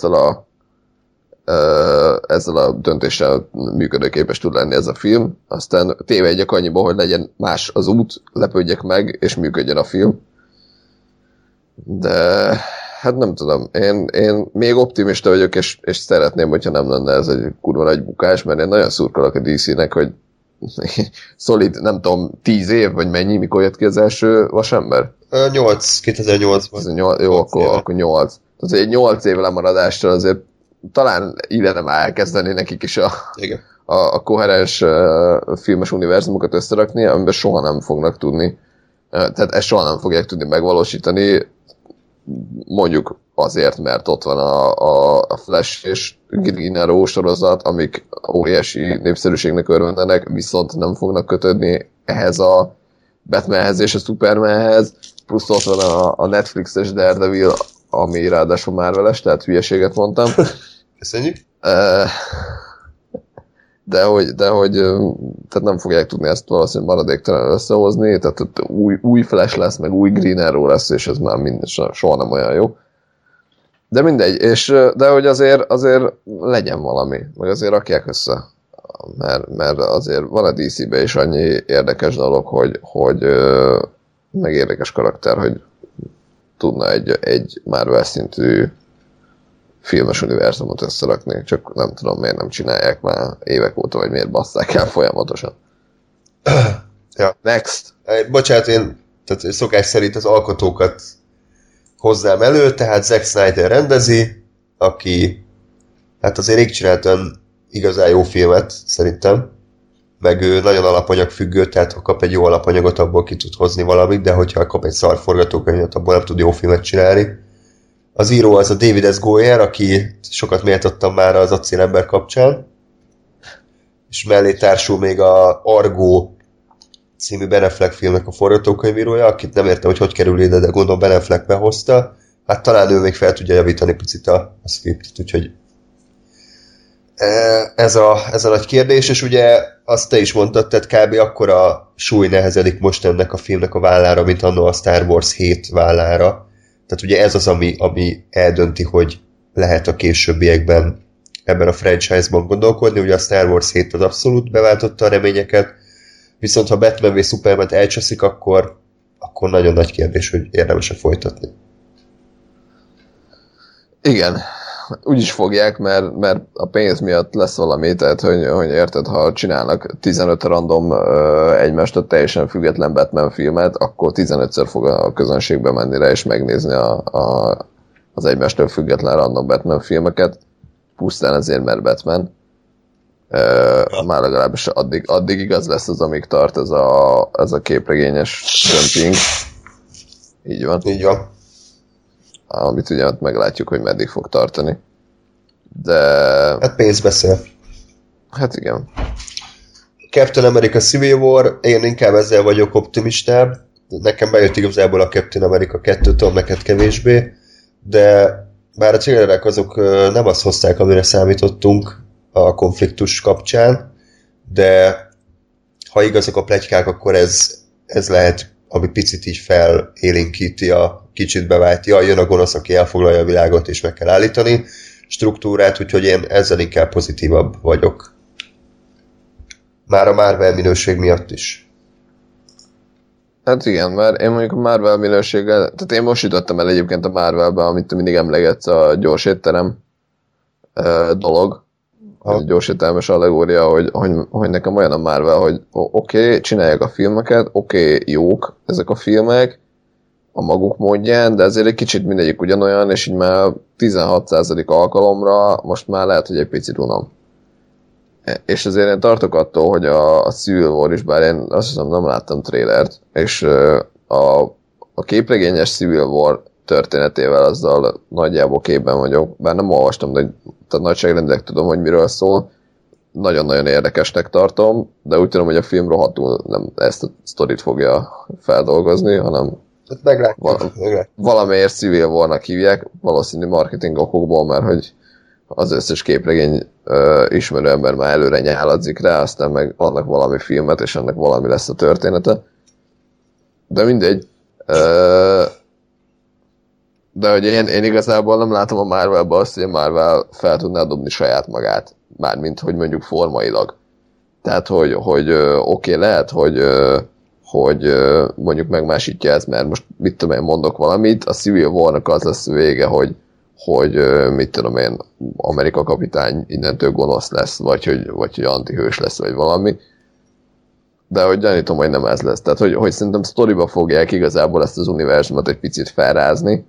Speaker 3: ezzel a döntéssel működőképes tud lenni ez a film. Aztán tévedjek annyiba, hogy legyen más az út, lepődjek meg, és működjön a film. De hát nem tudom, én még optimista vagyok, és szeretném, hogyha nem lenne ez egy kurva nagy bukás, mert én nagyon szurkolok a DC-nek, hogy szolid, nem tudom, 10 év, vagy mennyi, mikor jött ki az első Vasember?
Speaker 2: 2008-ban.
Speaker 3: Jó, akkor 8. Tehát egy 8 év lemaradással azért talán illene már elkezdeni nekik is a koherens filmes univerzumokat összerakni, amiben soha nem fognak tudni, tehát ezt soha nem fogják tudni megvalósítani, mondjuk azért, mert ott van a Flash és Green Arrow sorozat, amik óriási népszerűségnek örvendenek, viszont nem fognak kötődni ehhez a Batmanhez és a Supermanhez, plusz ott van a Netflixes Daredevil, ami ráadásul Marvel-es, tehát hülyeséget mondtam.
Speaker 2: Köszönjük.
Speaker 3: De hogy tehát nem fogják tudni ezt valószínűleg maradéktalanul összehozni, tehát új Flash lesz, meg új Green Arrow lesz, és ez már soha nem olyan jó. De mindegy, de hogy azért legyen valami, meg azért rakják össze. Mert azért van a DC-be is annyi érdekes dolog, hogy meg érdekes karakter, hogy tudna egy Marvel szintű filmes univerzumot összerakni, csak nem tudom, miért nem csinálják már évek óta, vagy miért basszák el folyamatosan.
Speaker 2: Ja.
Speaker 3: Next!
Speaker 2: Bocsánat, én tehát szokás szerint az alkotókat hozzám elő, tehát Zack Snyder rendezi, aki hát azért rég csinált olyan igazán jó filmet, szerintem, meg ő nagyon alapanyagfüggő, tehát ha kap egy jó alapanyagot, abból ki tud hozni valamit, de hogyha kap egy szar forgatókönyvet, abból nem tud jó filmet csinálni. Az író az a David S. Goyer, aki sokat méltottam már az Acélember kapcsán, és mellé társul még a Argo című Ben Affleck filmnek a forgatókönyvírója, akit nem értem, hogy kerül ide, de gondolom Ben Affleck behozta. Hát talán ő még fel tudja javítani picit a scriptet, úgyhogy ez a nagy kérdés, és ugye azt te is mondtad, tehát kb. Akkora súly nehezedik most ennek a filmnek a vállára, mint annó a Star Wars 7 vállára. Tehát ugye ez az, ami eldönti, hogy lehet a későbbiekben ebben a franchise-ban gondolkodni. Ugye a Star Wars 7 az abszolút beváltotta a reményeket, viszont ha Batman v Superman elcseszik, akkor nagyon nagy kérdés, hogy érdemes-e folytatni. Igen.
Speaker 3: Úgy is fogják, mert a pénz miatt lesz valami, tehát hogy érted, ha csinálnak 15 random egymástól teljesen független Batman filmet, akkor 15-ször fog a közönségbe menni rá és megnézni az egymástól független random Batman filmeket, pusztán azért, mert Batman. Már legalábbis addig igaz lesz az, amíg tart ez a képregényes dömping. Így van.
Speaker 2: Így van.
Speaker 3: Amit ugye meglátjuk, hogy meddig fog tartani. De...
Speaker 2: Hát pénz beszél.
Speaker 3: Hát igen.
Speaker 2: Captain America Civil War, én inkább ezzel vagyok optimistább. Nekem bejött igazából a Captain America 2, tudom, neked kevésbé, de bár a trailerek azok nem azt hozták, amire számítottunk a konfliktus kapcsán, de ha igazak a pletykák, akkor ez ez lehet, ami picit így felélénkíti a kicsit bevált, jön a gonosz, aki elfoglalja a világot, és meg kell állítani struktúrát, úgyhogy én ezzel inkább pozitívabb vagyok. Már a Marvel minőség miatt is.
Speaker 3: Hát igen, mert én mondjuk a Marvel minőséggel, tehát én most jutottam el egyébként a Marvelbe, amit mindig emlegetsz, a gyors étterem dolog, a gyors éttermes allegória, hogy nekem olyan a Marvel, hogy oké, csinálják a filmeket, oké, jók ezek a filmek, a maguk módján, de ezért egy kicsit mindegyik ugyanolyan, és így már 16% alkalomra most már lehet, hogy egy picit unom. És azért én tartok attól, hogy a Civil War is, bár én azt hiszem nem láttam trailert, és a képregényes Civil War történetével azzal nagyjából képben vagyok, bár nem olvastam, de nagyságrendileg tudom, hogy miről szól. Nagyon-nagyon érdekesnek tartom, de úgy tudom, hogy a film rohadtul nem ezt a sztorit fogja feldolgozni, hanem valamiért Civil War-nak hívják, valószínű marketing okokból, mert hogy az összes képregény ismerő ember már előre nyáladzik rá, aztán meg adnak valami filmet, és ennek valami lesz a története. De mindegy. De hogy én igazából nem látom a Marvelben azt, hogy a Marvel fel tudná dobni saját magát. Mármint, hogy mondjuk formailag. Tehát, hogy oké, lehet, hogy mondjuk megmásítja ez, mert most mit tudom én, mondok valamit, a Civil War-nak az lesz vége, hogy mit tudom én, Amerika kapitány innentől gonosz lesz, vagy hogy antihős lesz, vagy valami. De hogy gyanítom, hogy nem ez lesz. Tehát, hogy szerintem sztoriba fogják igazából ezt az univerzumot egy picit felrázni,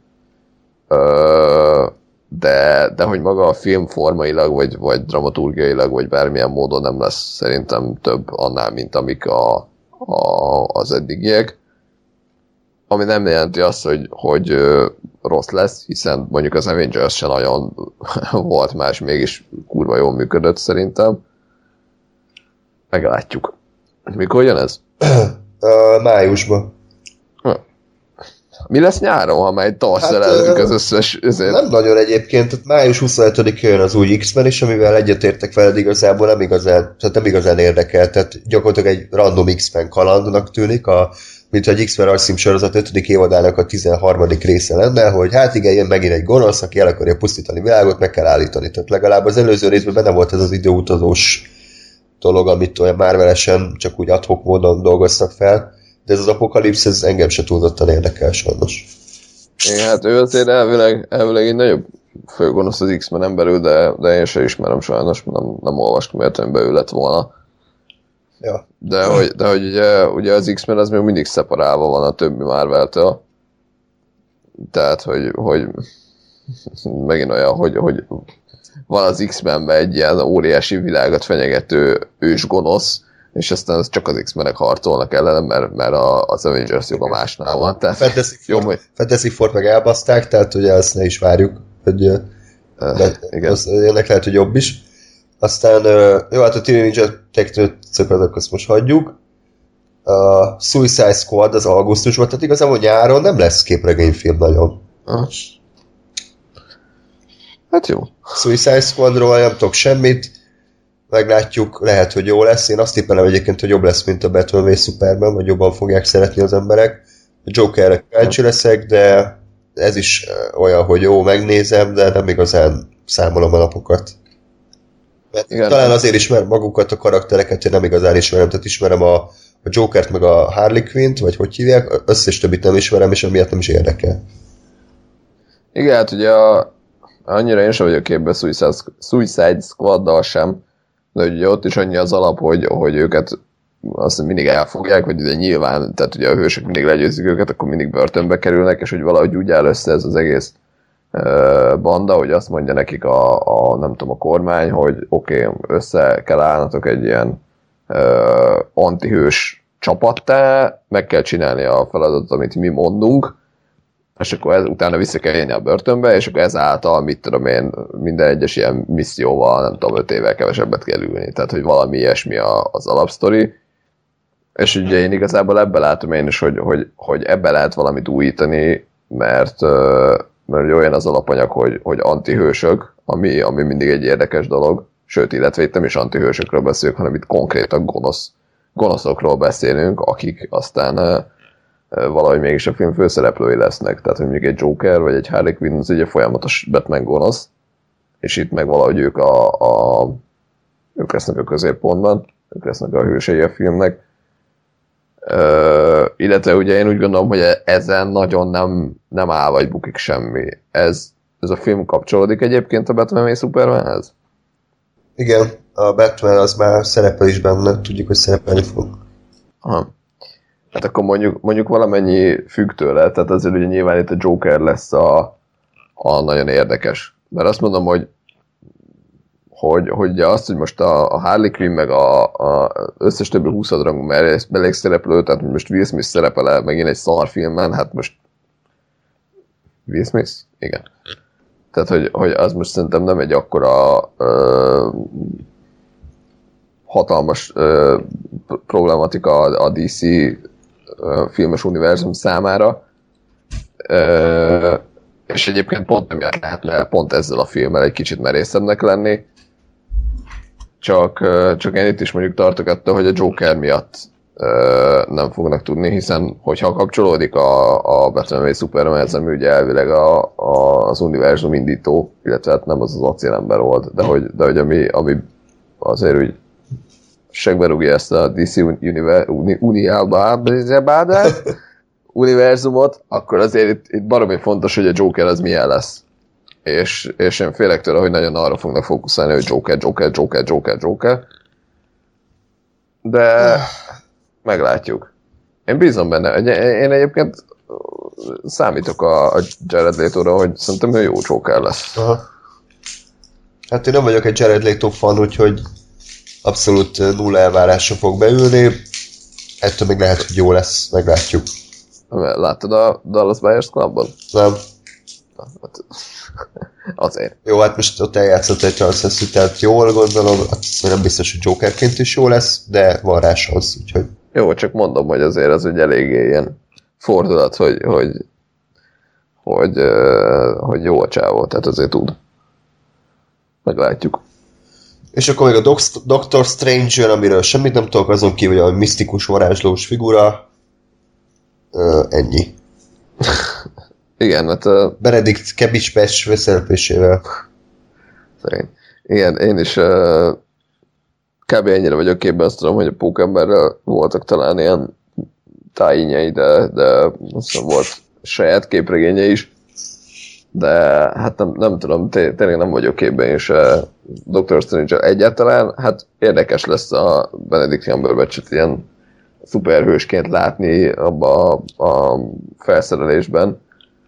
Speaker 3: de hogy maga a film formailag, vagy dramaturgiailag, vagy bármilyen módon nem lesz szerintem több annál, mint amik az eddigiek. Ami nem jelenti azt, hogy rossz lesz, hiszen mondjuk az Avengers se nagyon volt más, mégis kurva jól működött szerintem. Meglátjuk. Mikor jön ez?
Speaker 2: Májusban.
Speaker 3: Mi lesz nyáron, ha már tavasszal előttük az összes... Ezért...
Speaker 2: Nem nagyon egyébként, tehát május 25-én jön az új X-Men is, amivel egyetértek veled igazából nem igazán érdekel, tehát gyakorlatilag egy random X-Men kalandnak tűnik, mint egy X-Men rajzfilm sorozat 5. évadának a 13. része lenne, hogy hát igen, jön megint egy gonosz, aki el akarja pusztítani világot, meg kell állítani. Tehát legalább az előző részben benne volt ez az időutazós dolog, amit olyan Marvelesen csak úgy ad hoc módon dolgoztak fel, de ez az apokalipsz, ez engem se túlzottan érdekel sajnos.
Speaker 3: Igen, hát ő azért elvileg egy nagyobb főgonosz az X-Men belül, de én sem ismerem sajnos, nem olvastam értelemben ő lett volna.
Speaker 2: Ja.
Speaker 3: De hogy ugye az X-Men az még mindig szeparálva van a többi Marvel-től. Tehát, hogy megint olyan, hogy van az X-Menben egy ilyen óriási világot fenyegető ős gonosz, és aztán csak az X-menek harcolnak ellene, mert az Avengers joga másnál van.
Speaker 2: Fantasy Four meg elbaszták, tehát ugye azt ne is várjuk, hogy ennek lehet, hogy jobb is. Aztán, jó, hát a Teenage Ninja Technőcöködök, azt most hagyjuk. A Suicide Squad az augusztusban, tehát igazából nyáron nem lesz képregényfilm nagyon.
Speaker 3: Hát jó.
Speaker 2: Suicide Squadról nem tudok semmit, meglátjuk, lehet, hogy jó lesz. Én azt tippelem egyébként, hogy jobb lesz, mint a Batman v Superman, vagy jobban fogják szeretni az emberek. A Jokerre kíváncsi leszek, de ez is olyan, hogy jó, megnézem, de nem igazán számolom a napokat. Talán azért ismerem magukat, a karaktereket, én nem igazán ismerem, tehát ismerem a Jokert meg a Harley Quinn-t, vagy hogy hívják, összes többit nem ismerem, és amiatt nem is érdekel.
Speaker 3: Igen, hát ugye annyira én sem vagyok képben Suicide Squaddal sem, de ugye ott is annyi az alap, hogy őket azt mindig elfogják, hogy ugye nyilván, tehát ugye a hősök mindig legyőzik őket, akkor mindig börtönbe kerülnek, és hogy valahogy úgy áll össze ez az egész banda, hogy azt mondja nekik nem tudom, a kormány, hogy oké, össze kell állnatok egy ilyen antihős csapattá, meg kell csinálni a feladatot, amit mi mondunk, és akkor utána vissza kell jönni a börtönbe, és akkor ezáltal, mit tudom én, minden egyes ilyen misszióval, nem tudom, 5 évvel kevesebbet kell ülni. Tehát, hogy valami ilyesmi az alapsztori. És ugye én igazából ebben látom én is, hogy ebben lehet valamit újítani, mert olyan az alapanyag, hogy antihősök, ami mindig egy érdekes dolog, sőt, illetve itt nem is antihősökről beszélünk, hanem itt konkrétan gonosz gonoszokról beszélünk, akik aztán valahogy mégis a film főszereplői lesznek. Tehát, hogy mondjuk egy Joker vagy egy Harley Quinn az ugye folyamatos Batman gonosz, és itt meg valahogy ők lesznek a középpontban, ők lesznek a hősei a filmnek. Illetve ugye én úgy gondolom, hogy ezen nagyon nem áll vagy bukik semmi. Ez a film kapcsolódik egyébként a Batman v Supermanhez?
Speaker 2: Igen, a Batman az már szerepel is benne, tudjuk, hogy szerepelni fog.
Speaker 3: Aha. Hát akkor mondjuk valamennyi függ tőle, tehát azért ugye nyilván itt a Joker lesz a nagyon érdekes. Mert azt mondom, hogy azt, hogy most a Harley Quinn meg a összes többi 20 rangú mellékszereplő, tehát most Will Smith szerepel megint egy szarfilmen, hát most Will Smith? Igen. Tehát, hogy az most szerintem nem egy akkora hatalmas problematika a DC filmes univerzum számára. És egyébként pont emiatt lehetne pont ezzel a filmmel egy kicsit merészebbnek lenni. Csak én itt is mondjuk tartok attól, hogy a Joker miatt nem fognak tudni, hiszen hogyha kapcsolódik a Batman v Supermanhez, ami ugye elvileg az univerzum indító, illetve hát nem az acélember volt, de hogy ami azért úgy segbe rúgja ezt a DC univerzumot, akkor azért itt baromi fontos, hogy a Joker az milyen lesz. És én félek tőle, hogy nagyon arra fognak fókuszálni, hogy Joker. De meglátjuk. Én bízom benne. Én egyébként számítok a Jared Leto-ra, hogy szerintem ő jó Joker lesz.
Speaker 2: Aha. Hát én nem vagyok egy Jared Leto fan, úgyhogy abszolút nulla elvárásra fog beülni. Ettől még lehet, hogy jó lesz, meglátjuk.
Speaker 3: Láttad a Dallas Buyers Clubban?
Speaker 2: Nem.
Speaker 3: Azért.
Speaker 2: Jó, hát most ott eljátszott egy Charles, tehát jól gondolom, nem biztos, hogy Jokerként is jó lesz, de van rá szansz, úgyhogy...
Speaker 3: Jó, csak mondom, hogy azért az ugye eléggé ilyen fordulat, hogy jó a csávó, tehát azért tud. Meglátjuk.
Speaker 2: És akkor még a Doctor Strange, amiről semmit nem tudok, azon kívül, hogy a misztikus varázslós figura. Ennyi.
Speaker 3: Igen, hát...
Speaker 2: Benedict Cumberbatch szereplésével.
Speaker 3: Szerint. Igen, én is kb. Ennyire vagyok képben, azt tudom, hogy a Pókemberrel voltak talán ilyen tájényei, de aztán volt saját képregénye is. De hát nem tudom, tényleg nem vagyok képben, és Dr. Strange egyáltalán, hát érdekes lesz a Benedict Cumberbatchet ilyen szuperhősként látni abba a felszerelésben.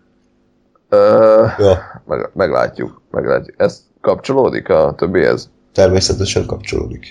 Speaker 2: Ja.
Speaker 3: Meglátjuk. Ez kapcsolódik a többihez?
Speaker 2: Természetesen kapcsolódik.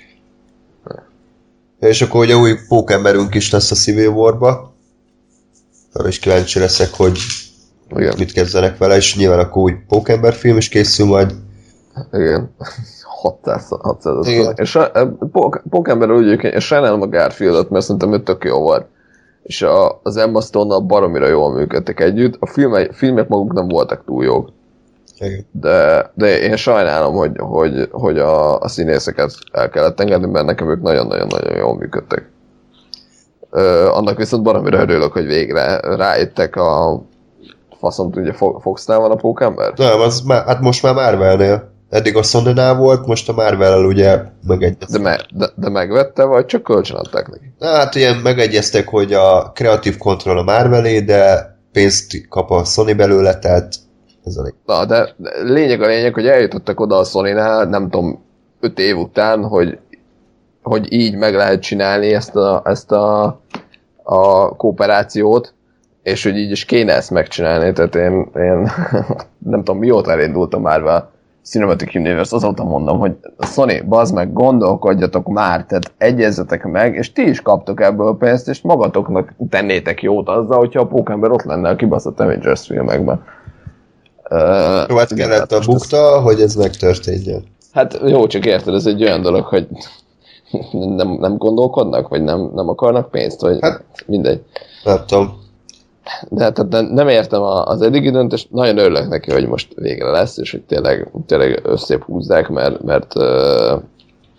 Speaker 2: És akkor ugye új pókemberünk is lesz a Civil War-ba. Arra is kíváncsi leszek, hogy igen, mit kezdenek vele, és nyilván akkor új pókember film is készül majd.
Speaker 3: Igen. 600. Igen. És pókemberről úgy, én sajnálom a Garfieldot, mert szerintem ő tök jó volt. És az Emma Stone-nal baromira jól működtek együtt. A filmek maguk nem voltak túl jók. De én sajnálom, hogy a színészeket el kellett engedni, mert nekem ők nagyon-nagyon-nagyon jól működtek. Annak viszont baromira örülök, hogy végre rájöttek a faszom, ugye Fox-nál van a pókember?
Speaker 2: Nem, hát most már Marvelnél. Eddig a Sony-nál volt, most a Marvel-el ugye megegyeztek.
Speaker 3: De megvette, vagy csak kölcsön adták neki?
Speaker 2: Hát ilyen megegyeztek, hogy a kreatív kontroll a Marvelé, de pénzt kap a Sony belőle, tehát ez a lényeg.
Speaker 3: Na, de lényeg, hogy eljutottak oda a Sony-nál, nem tudom, 5 év után, hogy így meg lehet csinálni ezt a kooperációt, és hogy így is kéne ezt megcsinálni, tehát én nem tudom, mióta elindult a Marvel Cinematic Universe, azóta mondom, hogy Sony, bazd meg, gondolkodjatok már, tehát egyezzetek meg, és ti is kaptok ebből a pénzt, és magatoknak tennétek jót azzal, hogyha a Pókember ott lenne a kibaszott Avengers filmekben.
Speaker 2: Jó, hát kellett a bukta, hogy ez megtörténjen.
Speaker 3: Hát jó, csak érted, ez egy olyan dolog, hogy nem gondolkodnak, vagy nem akarnak pénzt, vagy hát, mindegy.
Speaker 2: Nem tudom.
Speaker 3: De tehát nem értem az eddigi döntést, nagyon örülök neki, hogy most végre lesz, és hogy tényleg összép húzzák, mert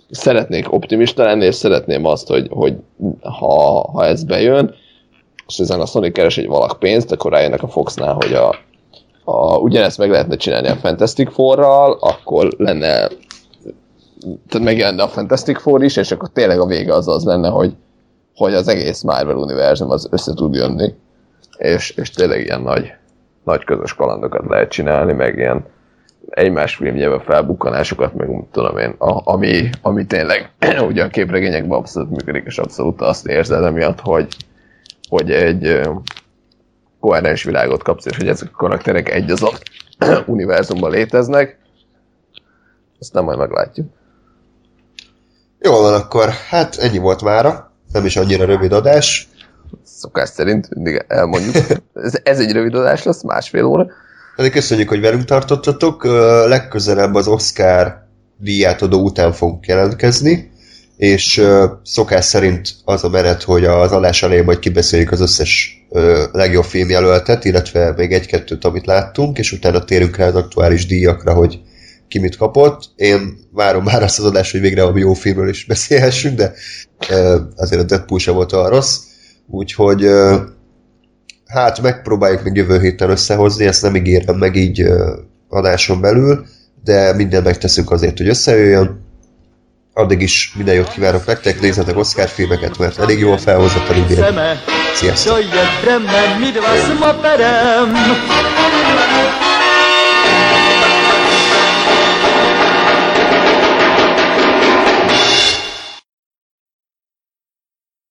Speaker 3: szeretnék optimista lenni, és szeretném azt, hogy ha ez bejön, és ezen a Sony keres egy valak pénzt, akkor rájönnek a Foxnál, hogy ugyanezt meg lehetne csinálni a Fantastic Four-ral, akkor lenne, tehát megjelenne a Fantastic Four is, és akkor tényleg a vége az lenne, hogy az egész Marvel univerzum az össze tud jönni, és tényleg ilyen nagy közös kalandokat lehet csinálni, meg ilyen egymás filmjében felbukkanásokat, meg tudom én, ami tényleg ugye a képregényekben abszolút működik, és abszolút azt érzed emiatt, hogy egy koherens világot kapsz, és hogy ezek a karakterek egy az univerzumban léteznek. Azt nem majd meglátjuk.
Speaker 2: Jól van akkor, hát ennyi volt mára, nem is annyira rövid adás.
Speaker 3: Szokás szerint mindig elmondjuk. Ez egy rövid adás lesz, 1,5 óra.
Speaker 2: De köszönjük, hogy velünk tartottatok. Legközelebb az Oscar díjátadó után fogunk jelentkezni, és szokás szerint az a menet, hogy az adás elején majd kibeszéljük az összes legjobb filmjelöltet, illetve még egy-kettőt, amit láttunk, és utána térünk rá az aktuális díjakra, hogy ki mit kapott. Én várom már azt az adást, hogy végre a jó filmről is beszélhessünk, de azért a Deadpool sem volt olyan rossz. Úgyhogy hát megpróbáljuk még jövő héten összehozni, ezt nem ígérem meg így adáson belül, de mindent megteszünk azért, hogy összejöjjön. Addig is minden jót kívánok nektek, nézzetek Oscar filmeket, mert elég jól felhozott a idén. Sziasztok!